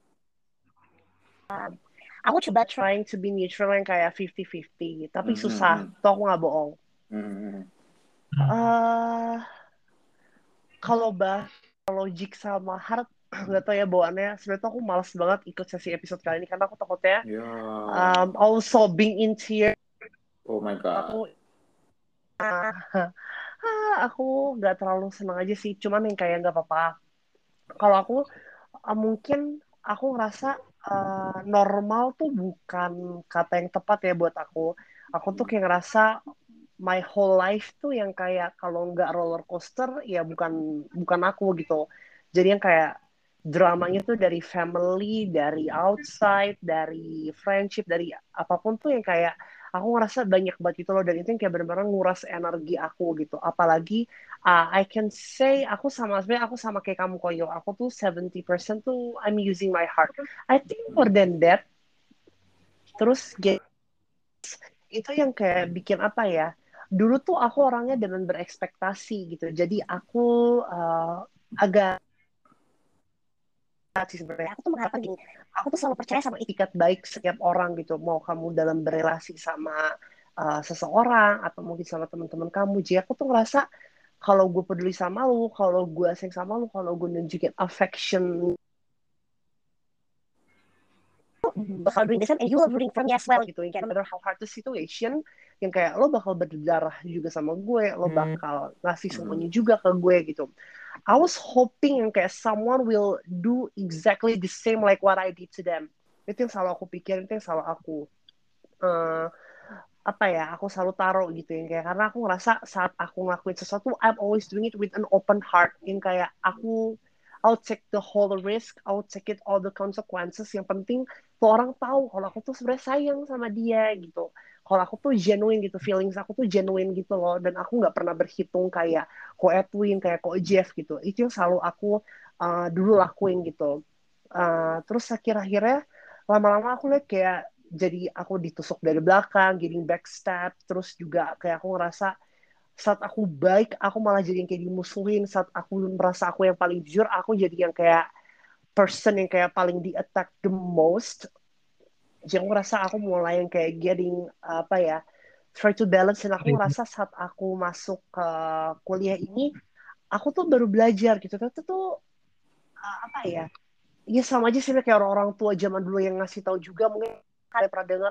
aku coba trying to be neutral yang kayak fifty-fifty. Tapi Hmm, hmm, susah. hmm. Tuh aku nggak bohong. Hmm, hmm. Hmm. Uh, kalau bahas logik sama heart, nggak tahu ya bawaannya. Sebenarnya tuh aku malas banget ikut sesi episode kali ini karena aku takutnya Ya, um, I was sobbing in tears. oh my God. Aku ah, aku nggak terlalu senang aja sih. Cuman yang kayak nggak apa-apa. Kalau aku uh, mungkin aku ngerasa uh, normal tuh bukan kata yang tepat ya buat aku. Aku tuh kayak ngerasa my whole life tuh yang kayak kalau nggak roller coaster ya bukan bukan aku gitu. Jadi yang kayak dramanya tuh dari family, dari outside, dari friendship, dari apapun tuh yang kayak aku ngerasa banyak banget gitu loh, dan itu yang kayak benar-benar nguras energi aku gitu. Apalagi uh, I can say aku sama sebenarnya aku sama kayak kamu Koyo. Aku tuh seventy percent tuh I'm using my heart. I think more than that. Terus itu yang kayak bikin apa ya? Dulu tuh aku orangnya dengan berekspektasi gitu. Jadi aku uh, agak sih sebenarnya. Aku tuh mengharapkan gini. Aku tuh selalu percaya sama itikat baik setiap orang gitu. Mau kamu dalam berelasi sama uh, seseorang atau mungkin sama teman-teman kamu. Jadi aku tuh ngerasa kalau gue peduli sama lu, kalau gue sayang sama lu, kalau gue nunjukin affection, bakal doing the same and you will rooting for me as well gitu. Yang kayak no matter how hard the situation, yang kayak lo bakal berdarah juga sama gue, lo bakal ngasih semuanya juga ke gue gitu. I was hoping yang kayak someone will do exactly the same like what I did to them. Itu yang selalu aku pikirin, itu yang selalu aku uh, apa ya, aku selalu taruh gitu yang kayak, karena aku ngerasa saat aku ngelakuin sesuatu I'm always doing it with an open heart, yang kayak aku I'll take the whole risk, I'll take it all the consequences. Yang penting tuh orang tahu kalau aku tuh sebenarnya sayang sama dia gitu, kalau aku tuh genuine gitu, feelings aku tuh genuine gitu loh, dan aku nggak pernah berhitung kayak ko Edwin, kayak ko Jeff gitu. Itu yang selalu aku uh, dulu lakuin gitu. Uh, terus akhir-akhirnya lama-lama aku lihat kayak jadi aku ditusuk dari belakang, getting backstab, terus juga kayak aku ngerasa saat aku baik, aku malah jadi yang kayak dimusuhin. Saat aku merasa aku yang paling jujur, aku jadi yang kayak person yang kayak paling di-attack the most. Jadi aku ngerasa aku mulai yang kayak getting, apa ya, try to balance. Dan aku ngerasa saat aku masuk ke kuliah ini, aku tuh baru belajar gitu. Tapi tuh, apa ya, ya sama aja sih kayak orang-orang tua zaman dulu yang ngasih tahu juga, mungkin kalian pernah dengar,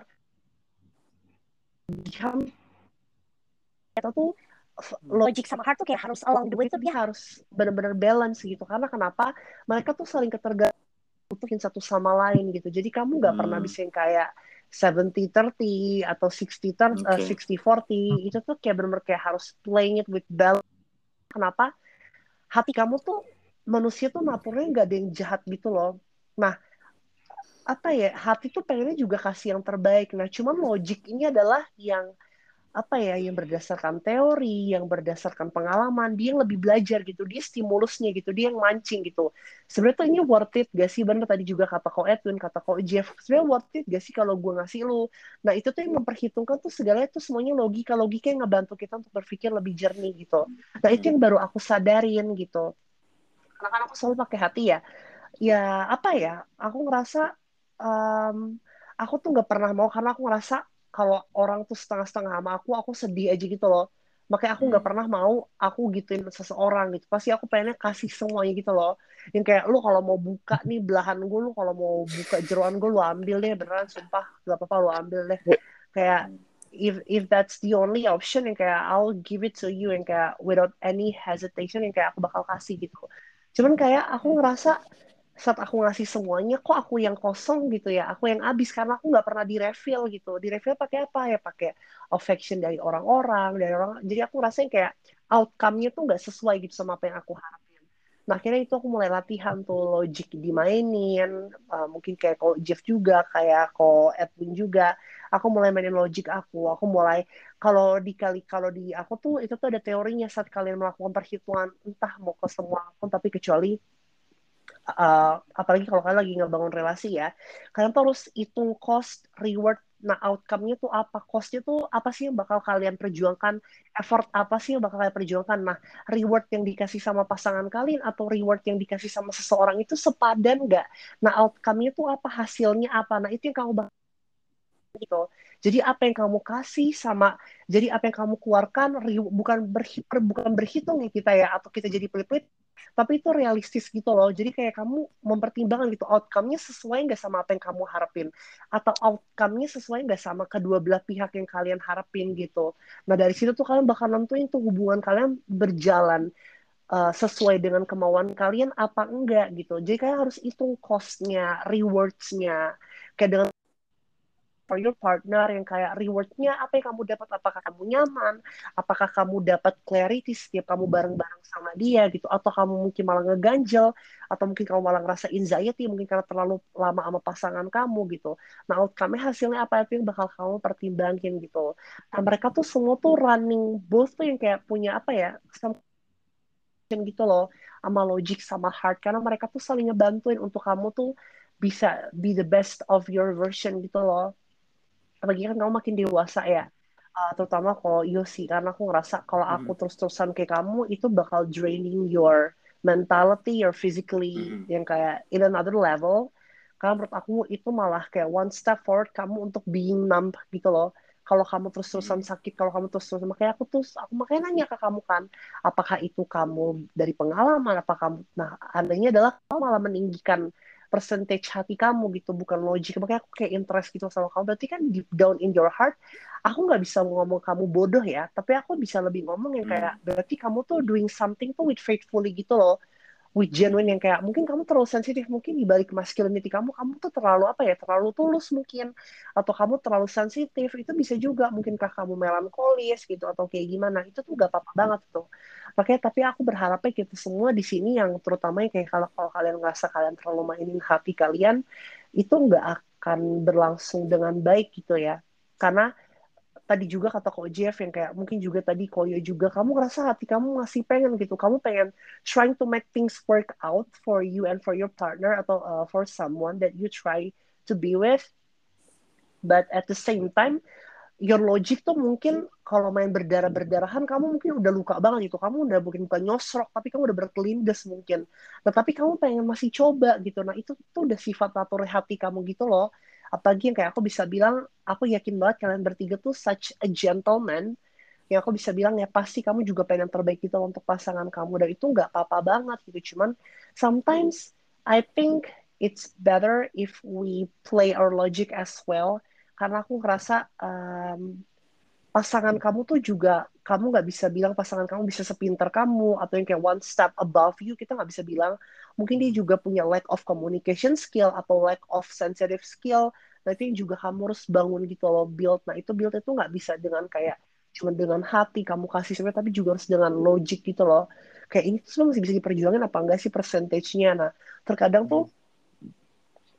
itu tuh logic sama heart tuh kayak harus along the way tuh dia harus benar-benar balance gitu. Karena kenapa? Mereka tuh saling ketergantungan, butuhin satu sama lain gitu. Jadi kamu nggak hmm. pernah bisa yang kayak seventy thirty atau sixty thirty, okay. uh, sixty forty. Itu tuh kayak benar-benar kayak harus playing it with balance. Kenapa? Hati kamu tuh, manusia tuh naturnya nggak ada yang jahat gitu loh. Nah, apa ya, hati tuh pengennya juga kasih yang terbaik. Nah, cuman logik ini adalah yang apa ya, yang berdasarkan teori, yang berdasarkan pengalaman, dia yang lebih belajar gitu, dia stimulusnya gitu, dia yang mancing gitu. Sebenarnya tuh ini worth it gak sih? Bener tadi juga kata Ko Edwin, kata Ko Jeff, sebenarnya worth it gak sih kalau gue ngasih lu? Nah itu tuh yang memperhitungkan tuh segalanya tuh semuanya logika, logika yang ngebantu kita untuk berpikir lebih jernih gitu. Nah itu yang baru aku sadarin gitu. Karena kan aku selalu pakai hati ya. Ya apa ya? Aku ngerasa um, aku tuh nggak pernah mau karena aku ngerasa kalau orang tuh setengah-setengah sama aku, aku sedih aja gitu loh. Makanya aku nggak Hmm. pernah mau aku gituin seseorang gitu. Pasti aku pengennya kasih semuanya gitu loh. Yang kayak lu kalau mau buka nih belahan gue, lu kalau mau buka jeroan gue, lu ambil deh beneran, sumpah gak apa-apa lu ambil deh. Kayak if if that's the only option, yang kayak I'll give it to you, yang kayak without any hesitation, yang kayak aku bakal kasih gitu. Cuman kayak aku ngerasa saat aku ngasih semuanya, kok aku yang kosong gitu ya, aku yang habis karena aku nggak pernah di refill gitu. Di refill pakai apa ya? Pakai affection dari orang-orang, dari orang. Jadi aku rasain kayak outcome-nya tuh nggak sesuai gitu sama apa yang aku harapin. Nah akhirnya itu aku mulai latihan tuh logic dimainin, uh, mungkin kayak kok Jeff juga, kayak kok Edwin juga. Aku mulai mainin logic aku, aku mulai kalau dikali kalau di aku tuh itu tuh ada teorinya saat kalian melakukan perhitungan entah mau ke semua akun tapi kecuali uh, apalagi kalau kalian lagi ngebangun relasi ya, kalian tuh harus hitung cost reward. Nah, outcome-nya tuh apa? Cost-nya tuh apa sih yang bakal kalian perjuangkan? Effort apa sih yang bakal kalian perjuangkan? Nah, reward yang dikasih sama pasangan kalian atau reward yang dikasih sama seseorang itu sepadan nggak? Nah, outcome-nya tuh apa? Hasilnya apa? Nah, itu yang kamu bakal gitu. Jadi apa yang kamu kasih sama jadi apa yang kamu keluarkan bukan berhi, bukan berhitung ya kita ya atau kita jadi pelit-pelit, tapi itu realistis gitu loh. Jadi kayak kamu mempertimbangkan gitu outcome-nya sesuai nggak sama apa yang kamu harapin atau outcome-nya sesuai nggak sama kedua belah pihak yang kalian harapin gitu. Nah dari situ tuh kalian bakal nentuin tuh hubungan kalian berjalan uh, sesuai dengan kemauan kalian apa enggak gitu. Jadi kalian harus hitung cost-nya, rewards-nya. Kayak dengan for your partner yang kayak rewardnya apa yang kamu dapat, apakah kamu nyaman, apakah kamu dapat clarity setiap kamu bareng-bareng sama dia gitu, atau kamu mungkin malah ngeganjel, atau mungkin kamu malah ngerasa anxiety mungkin karena terlalu lama sama pasangan kamu gitu. Nah outcome-nya hasilnya apa itu yang bakal kamu pertimbangin gitu. Nah mereka tuh semua tuh running both tuh yang kayak punya apa ya gitu loh sama logic sama heart karena mereka tuh saling ngebantuin untuk kamu tuh bisa be the best of your version gitu loh. Apalagi kan kamu makin dewasa ya. Uh, terutama kalau Yosi, karena aku ngerasa kalau aku Mm-mm. terus-terusan kayak kamu, itu bakal draining your mentality, your physically, Mm-mm. yang kayak in another level. Karena menurut aku itu malah kayak one step forward kamu untuk being numb gitu loh. Kalau kamu terus-terusan Mm-mm. sakit, kalau kamu terus-terusan, makanya aku tuh, aku makanya nanya ke kamu kan, apakah itu kamu dari pengalaman, apa kamu, nah andainya adalah kamu malah meninggikan percentage hati kamu gitu, bukan logik. Makanya aku kayak interest gitu sama kamu. Berarti kan deep down in your heart, aku nggak bisa ngomong kamu bodoh ya, tapi aku bisa lebih ngomong yang kayak, Mm. berarti kamu tuh doing something tuh with faithfully gitu loh. With genuine yang kayak, mungkin kamu terlalu sensitif, mungkin di balik masculinity kamu, kamu tuh terlalu apa ya, terlalu tulus mungkin. Atau kamu terlalu sensitif, itu bisa juga. Mungkinkah kamu melankolis gitu, atau kayak gimana, itu tuh gak apa-apa banget tuh. Makanya tapi aku berharapnya kita semua di sini yang terutama yang kayak kalau, kalau kalian ngerasa kalian terlalu mainin hati kalian, itu nggak akan berlangsung dengan baik gitu ya. Karena tadi juga kata Ko Jeff yang kayak mungkin juga tadi Koyo juga kamu ngerasa hati kamu masih pengen gitu, kamu pengen trying to make things work out for you and for your partner atau uh, for someone that you try to be with, but at the same time your logic tuh mungkin kalau main berdarah-berdarahan kamu mungkin udah luka banget gitu, kamu udah mungkin bukan nyosrok tapi kamu udah berkelindes mungkin, nah tapi kamu pengen masih coba gitu. Nah itu tuh udah sifat natur hati kamu gitu loh. Apalagi yang kayak aku bisa bilang, aku yakin banget kalian bertiga tuh such a gentleman, yang aku bisa bilang ya pasti kamu juga pengen yang terbaik gitu untuk pasangan kamu, dan itu nggak apa-apa banget gitu. Cuman sometimes I think it's better if we play our logic as well, karena aku ngerasa um, pasangan kamu tuh juga, kamu nggak bisa bilang pasangan kamu bisa sepintar kamu atau yang kayak one step above you, kita nggak bisa bilang. Mungkin dia juga punya lack of communication skill atau lack of sensitive skill. Nanti juga kamu harus bangun gitu loh, build. Nah itu build itu nggak bisa dengan kayak cuma dengan hati kamu kasih semuanya, tapi juga harus dengan logic gitu loh. Kayak ini tuh masih bisa diperjuangin apa enggak sih percentage-nya. Nah terkadang tuh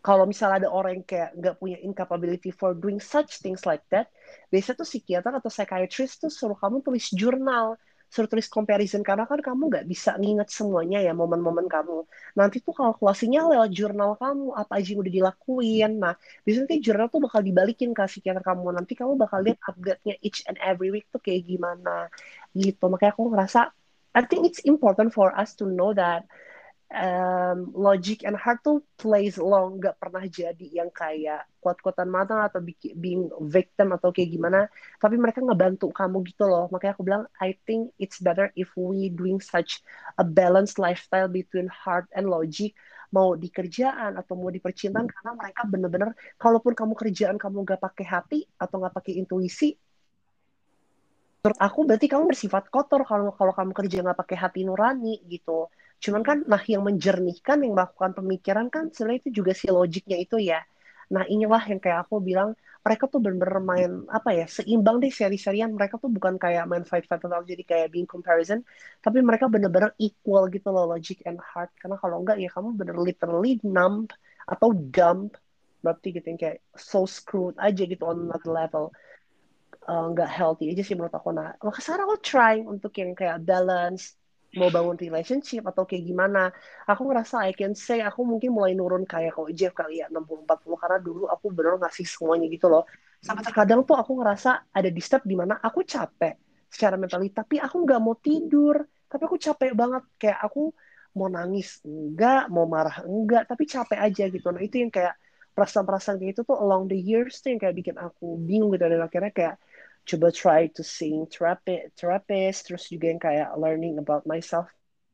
kalau misalnya ada orang yang kayak nggak punya incapability for doing such things like that, biasanya tuh psikiater atau psychiatrist tuh suruh kamu tulis jurnal, suruh tulis comparison, karena kan kamu nggak bisa nginget semuanya ya momen-momen kamu. Nanti tuh kalkulasinya lewat jurnal kamu, apa aja yang udah dilakuin. Nah, biasanya kayak jurnal tuh bakal dibalikin ke psikiater kamu. Nanti kamu bakal lihat update-nya each and every week tuh kayak gimana. Gitu. Makanya aku ngerasa, I think it's important for us to know that um, logic and heart tuh plays along, nggak pernah jadi yang kayak kuat-kuatan mata atau being victim atau kayak gimana, tapi mereka ngebantu kamu gitu loh. Makanya aku bilang I think it's better if we doing such a balanced lifestyle between heart and logic, mau di kerjaan atau mau di percintaan, karena mereka bener-bener, kalaupun kamu kerjaan kamu nggak pakai hati atau nggak pakai intuisi, menurut aku berarti kamu bersifat kotor kalau kalau kamu kerja nggak pakai hati nurani gitu. Cuman kan, nah yang menjernihkan, yang melakukan pemikiran kan sebenarnya itu juga si logiknya itu ya. Nah inilah yang kayak aku bilang, mereka tuh bener-bener main apa ya, seimbang deh seri-serian. Mereka tuh bukan kayak main fight-fight atau jadi kayak being comparison, tapi mereka bener-bener equal gitu loh, logic and heart. Karena kalau enggak ya kamu bener literally numb atau dumb, berarti gitu yang kayak so screwed aja gitu on another level. Nggak uh, healthy aja sih menurut aku. Nah, maka sekarang aku trying untuk yang kayak balance, mau bangun relationship atau kayak gimana. Aku ngerasa I can say aku mungkin mulai nurun kayak kalau Jeff kali ya enam puluh empat puluh, karena dulu aku bener ngasih semuanya gitu loh. Sampai terkadang tuh aku ngerasa ada di step dimana aku capek secara mentali, tapi aku nggak mau tidur, tapi aku capek banget, kayak aku mau nangis enggak, mau marah enggak, tapi capek aja gitu. Nah itu yang kayak perasaan-perasaan kayak itu tuh along the years tuh yang kayak bikin aku bingung gitu, dan akhirnya kayak coba try to seeing therapy, therapist, terus juga yang kayak learning about myself,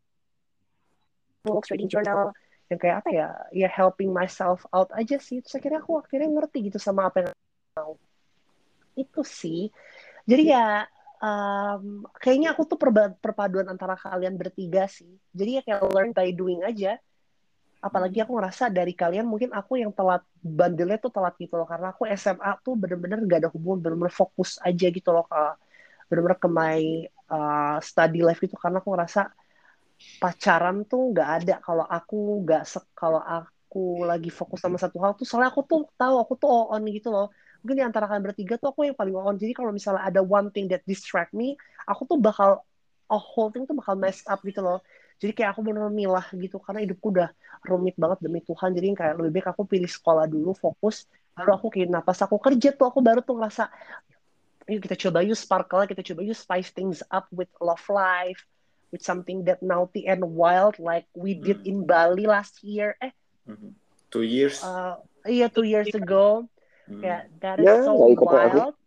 books, reading journal, yang kayak apa ya, ya helping myself out aja sih. Terus akhirnya aku akhirnya ngerti gitu sama apa yang aku mau. Itu sih. Jadi ya um, kayaknya aku tuh perba- perpaduan antara kalian bertiga sih. Jadi ya kayak learn by doing aja. Apalagi aku ngerasa dari kalian mungkin aku yang telat, bandelnya tuh telat gitu loh, karena aku S M A tuh bener-bener gak ada hubungan, bener-bener fokus aja gitu loh, bener-bener ke my uh, study life gitu, karena aku ngerasa pacaran tuh gak ada kalau aku gak kalau aku lagi fokus sama satu hal tuh, soalnya aku tuh tahu aku tuh all on gitu loh. Mungkin di antara kalian bertiga tuh aku yang paling all on, jadi kalau misalnya ada one thing that distract me, aku tuh bakal a whole thing tuh bakal mess up gitu loh. Jadi kayak aku bener-bener milah gitu, karena hidupku udah rumit banget demi Tuhan. Jadi kayak lebih baik aku pilih sekolah dulu, fokus, baru aku kayak, nah pas aku kerja tuh aku baru tuh ngerasa, yuk kita coba use sparkle, kita coba use spice things up with love life, with something that naughty and wild like we did in Bali last year. Eh, Mm-hmm. Two years. Uh, iya, two years ago. Mm. Kayak that is Ya, so nggak ikut ya aku. wild.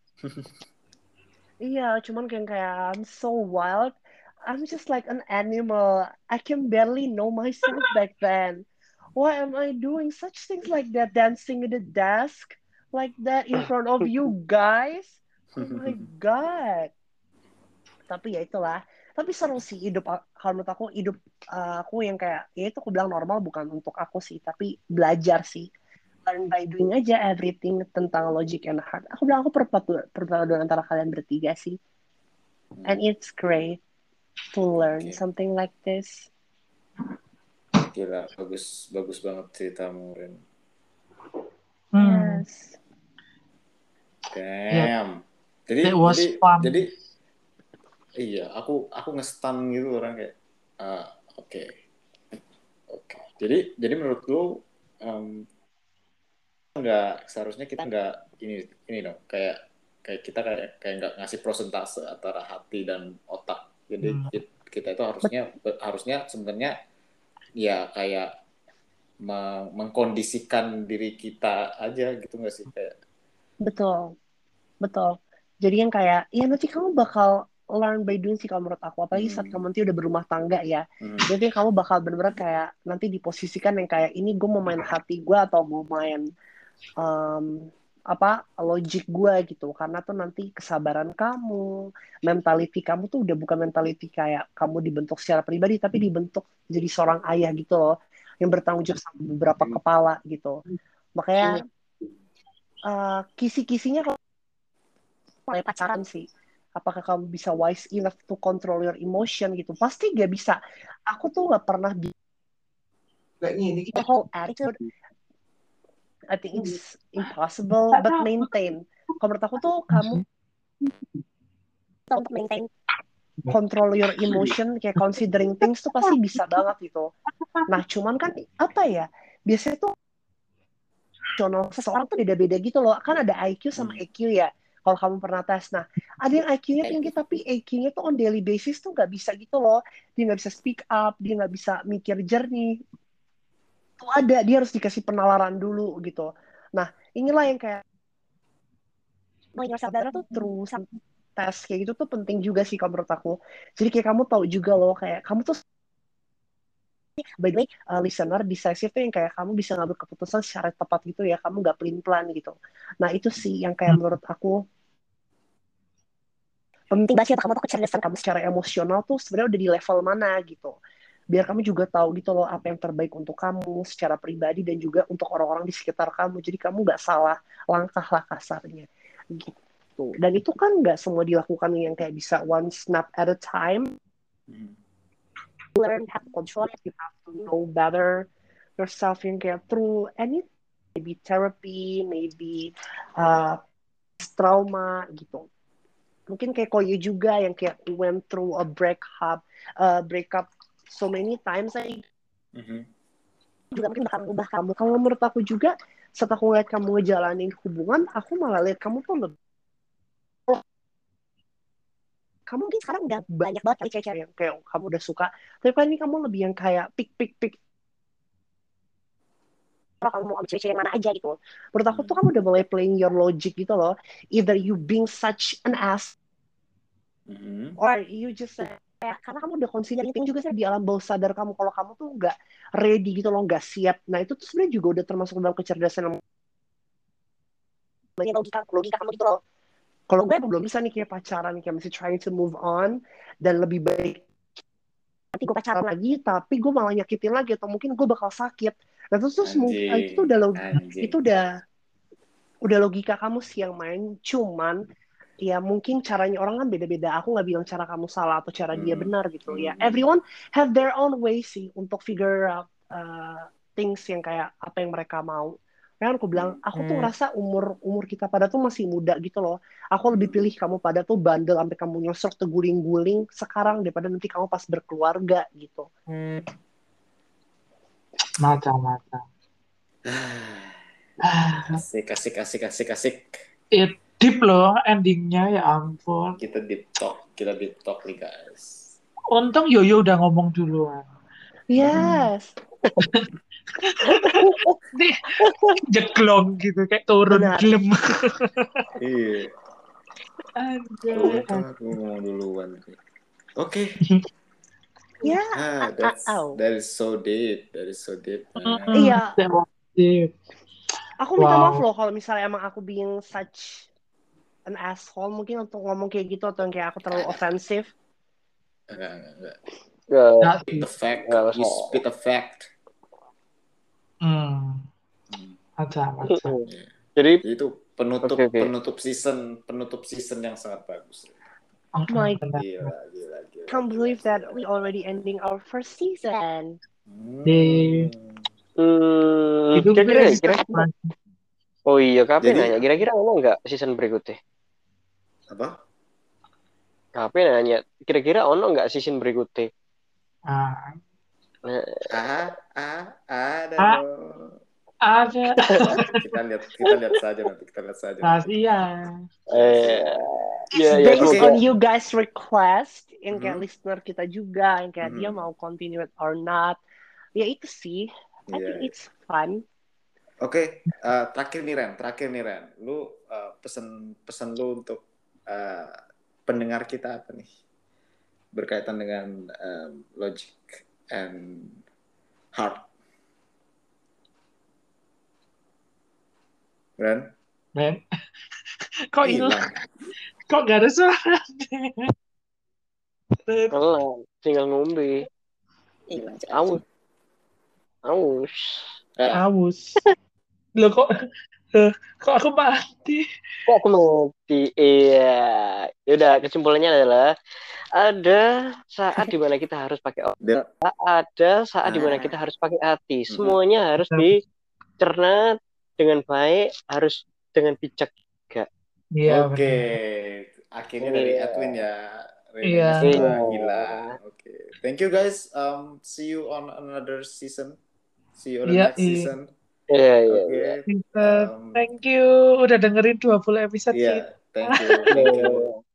Iya, cuman kayak kayak I'm so wild. I'm just like an animal. I can barely know myself back then. Why am I doing such things like that? Dancing at the desk like that in front of you guys? Oh my God. Tapi ya itulah. Tapi seru sih hidup, kalau menurut aku hidup uh, aku yang kayak, ya itu aku bilang normal bukan untuk aku sih, tapi belajar sih. Learn by doing aja everything tentang logic and heart. Aku bilang aku perpaduan, perpaduan antara kalian bertiga sih. And it's great to learn Okay. something like this. Gila, bagus bagus banget ceritamu, Ren. Hmm. Yes. Damn. Jadi It was jadi fun. jadi iya, aku aku nge-stun gitu orang kayak ah, oke. Okay. Oke. Okay. Jadi jadi menurut lu um, nggak seharusnya kita nggak ini ini dong kayak kayak kita kayak kayak nggak ngasih prosentase antara hati dan otak. Jadi Hmm. kita itu harusnya harusnya sebenarnya ya kayak meng- mengkondisikan diri kita aja gitu nggak sih kayak. Betul, betul. Jadi yang kayak, ya nanti kamu bakal learn by doing sih kalau menurut aku. Apalagi saat Hmm. kamu nanti udah berumah tangga ya. Hmm. Jadi kamu bakal bener-bener kayak nanti diposisikan yang kayak, ini gue mau main hati gue atau mau main um, apa logic gue gitu. Karena tuh nanti kesabaran kamu, mentality kamu tuh udah bukan mentality kayak kamu dibentuk secara pribadi, tapi dibentuk jadi seorang ayah gitu loh, yang bertanggung jawab sama beberapa kepala gitu. Makanya uh, kisi-kisinya kalau mulai pacaran sih, apakah kamu bisa wise enough to control your emotion gitu, pasti gak bisa. Aku tuh gak pernah bisa whole attitude I think it's impossible, but maintain. Kalau menurut aku tuh kamu untuk maintain control your emotion, kayak considering things tuh pasti bisa banget gitu. Nah, cuman kan apa ya? Biasanya tuh emosional seseorang tuh beda-beda gitu loh. Kan ada I Q sama E Q ya. Kalau kamu pernah tes. Nah, ada yang I Q-nya tinggi tapi E Q-nya tuh on daily basis tuh nggak bisa gitu loh. Dia nggak bisa speak up, dia nggak bisa mikir jernih. Tuh ada, dia harus dikasih penalaran dulu gitu. Nah, inilah yang kayak knowing yourself better tuh through some tes kayak gitu tuh penting juga sih kalau menurut aku. Jadi kayak kamu tahu juga loh, kayak kamu tuh by the way, uh, listener, decisive tuh yang kayak kamu bisa ngambil keputusan secara tepat gitu ya, kamu nggak pelin-pelan gitu. Nah itu sih yang kayak menurut aku penting banget sih, kamu tuh kecerdasan kamu secara emosional tuh sebenarnya udah di level mana gitu. Biar kamu juga tahu gitu loh apa yang terbaik untuk kamu secara pribadi dan juga untuk orang-orang di sekitar kamu. Jadi kamu nggak salah langkah lah kasarnya gitu. Dan itu kan nggak semua dilakukan yang kayak bisa one snap at a time. Hmm. Learn how to control it, you have to know better yourself yang kayak through any maybe therapy, maybe uh, trauma gitu. Mungkin kayak Koyo juga yang kayak went through a breakup, uh, breakup so many times, I mm-hmm. juga mungkin bakal ubah kamu. Kalau menurut aku juga, setelah aku lihat kamu ngejalanin hubungan, aku malah lihat kamu tuh lebih kamu mungkin sekarang udah banyak banget kali cewek yang kayak kamu udah suka, tapi kan ini kamu lebih yang kayak pick pick pick kalau kamu mau ambil cewek-cewek yang mana aja gitu. Menurut aku tuh kamu udah mulai playing your logic gitu loh, either you being such an ass mm-hmm. or you just kayak karena kamu udah consider ini juga sih di alam bawah sadar kamu kalau kamu tuh nggak ready gitu loh, nggak siap. Nah itu tuh sebenarnya juga udah termasuk dalam kecerdasan banyak logika logika kamu gitu loh. Kalau gue belum bisa nih kayak pacaran, kayak masih trying to move on, dan lebih baik nanti gue pacaran lagi, tapi gue malah nyakitin lagi, atau mungkin gue bakal sakit. Nah terus terus itu udah logika, itu udah udah logika kamu sih yang main. Cuman ya mungkin caranya orang kan beda-beda. Aku nggak bilang cara kamu salah atau cara hmm. dia benar gitu hmm. ya. Everyone have their own way sih untuk figure out uh, things yang kayak apa yang mereka mau. Kan aku bilang, aku tuh ngerasa umur umur kita pada tuh masih muda gitu loh. Aku lebih pilih kamu pada tuh bandel sampai kamu nyosor terguling-guling sekarang daripada nanti kamu pas berkeluarga gitu. Mata-mata. Asik, asik, asik, asik, asik. It deep loh endingnya, ya ampun. Kita deep talk, kita deep talk nih guys. Untung Yoyo udah ngomong duluan. Yes. Nih, jeglong gitu, kayak turun gelem. Iya. Aduh. Untung aku ngomong duluan. Oke. Ya. Ah, that's that is so deep, that is so deep. Iya. Uh, deep. Aku minta wow. maaf loh kalau misalnya emang aku being such an asshole mungkin untuk ngomong kayak gitu atau yang kayak aku terlalu offensive. Enggak, enggak, enggak. Enggak. Spit the fact, you spit the fact. Hmm. Aja, aja. Yeah. Jadi itu penutup okay, okay. penutup season, penutup season yang sangat bagus. Oh my god. Gila, gila, gila. Can't believe that we already ending our first season. Hmm. Hmm, itu kira-kira, kira-kira. Oh iya, kapan nanya? Kira-kira ono nggak season berikutnya? Apa? Kapan nanya? Kira-kira ono nggak season berikutnya? Ah, ah, ah, ada ah, dong. Ada. kita lihat, kita lihat saja nanti, kita lihat saja. Nah, iya. Eh, yeah, yeah, based okay. on you guys request, yang kayak mm-hmm. listener kita juga, yang kayak mm-hmm. dia mau continue it or not. Ya itu sih. I yeah. think it's fun. Oke, okay. uh, terakhir nih Ren, terakhir nih Ren. Lu uh, pesen pesen lu untuk uh, pendengar kita apa nih? Berkaitan dengan um, logic and heart. Ren? Ren? Kok hilang? Kok gak ada suara? Kalau tinggal ngombe. Aus. Aus. Eh. Aus. Loh kok kok aku mati? Kok aku mati? Iya. Yaudah, kesimpulannya adalah ada saat dimana kita harus pakai otak, ada saat dimana kita harus pakai hati. Semuanya harus dicerna dengan baik, harus dengan bijak juga. Iya, Oke, benar. akhirnya dari Iya. Edwin ya. Iya. Renenya semua Iya. gila. Oke, thank you guys. Um, see you on another season. See you on the Iya, next iya. season. Iya, iya, Oke. iya. Kita, Um, thank you udah dengerin dua puluh episode Iya, kita. thank you, thank you.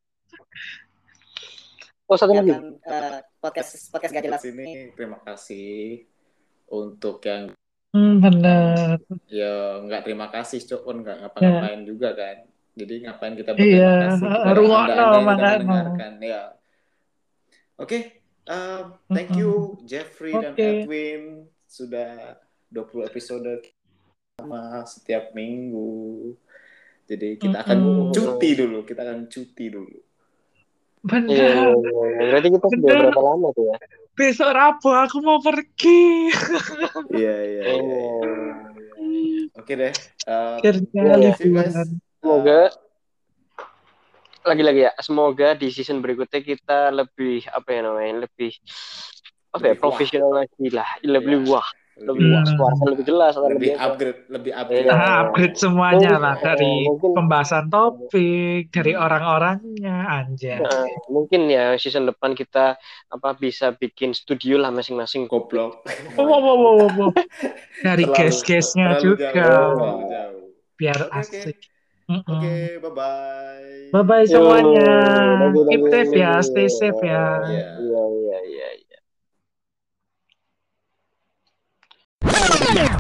Oh, satu lagi. Kelihatan eh, podcast podcast gak jelas Sini terima kasih untuk yang Hmm, benar. ya nggak terima kasih cok pun nggak ngapa-ngapain juga kan. Jadi ngapain kita Iya, berterima kasih kepada rungokno anda-anda yang sudah makanya. mendengarkan ya. Oke, um, thank Mm-mm. you Jeffrey dan Oke. Edwin sudah dua puluh episode sama setiap minggu. Jadi kita akan Mm-mm. cuti dulu, kita akan cuti dulu. Iya, Benar. iya, iya. Berarti kita sudah Benar. berapa lama tuh ya? Besok Rabu aku mau pergi. Iya iya iya. iya. Oh. Oke deh. Um, Akhirnya Iya, iya. see you guys. liburan. Semoga lagi-lagi ya, semoga di season berikutnya kita lebih apa ya namanya, lebih apa ya, Lebih wah. profesional lagi lah, lebih Iya. wah, Lebih lebih wah, Hmm. suara lebih jelas atau lebih lebih apa? upgrade, lebih upgrade. Iya. Ah, upgrade semuanya Mungkin, lah, eh, dari mungkin pembahasan topik, dari Hmm. orang-orangnya, anjay. eh, mungkin ya season depan kita apa bisa bikin studio lah masing-masing. Goblok. Wow, wow, wow, wow, wow. Dari Terlalu- guest-guestnya terlalu juga, jauh, terlalu jauh. biar Oke, oke. asik. Oke, Mm-mm. bye-bye. Bye-bye Yo, semuanya. thank you, Keep thank you. safe ya, stay safe ya. Iya. Iya, iya, iya, iya.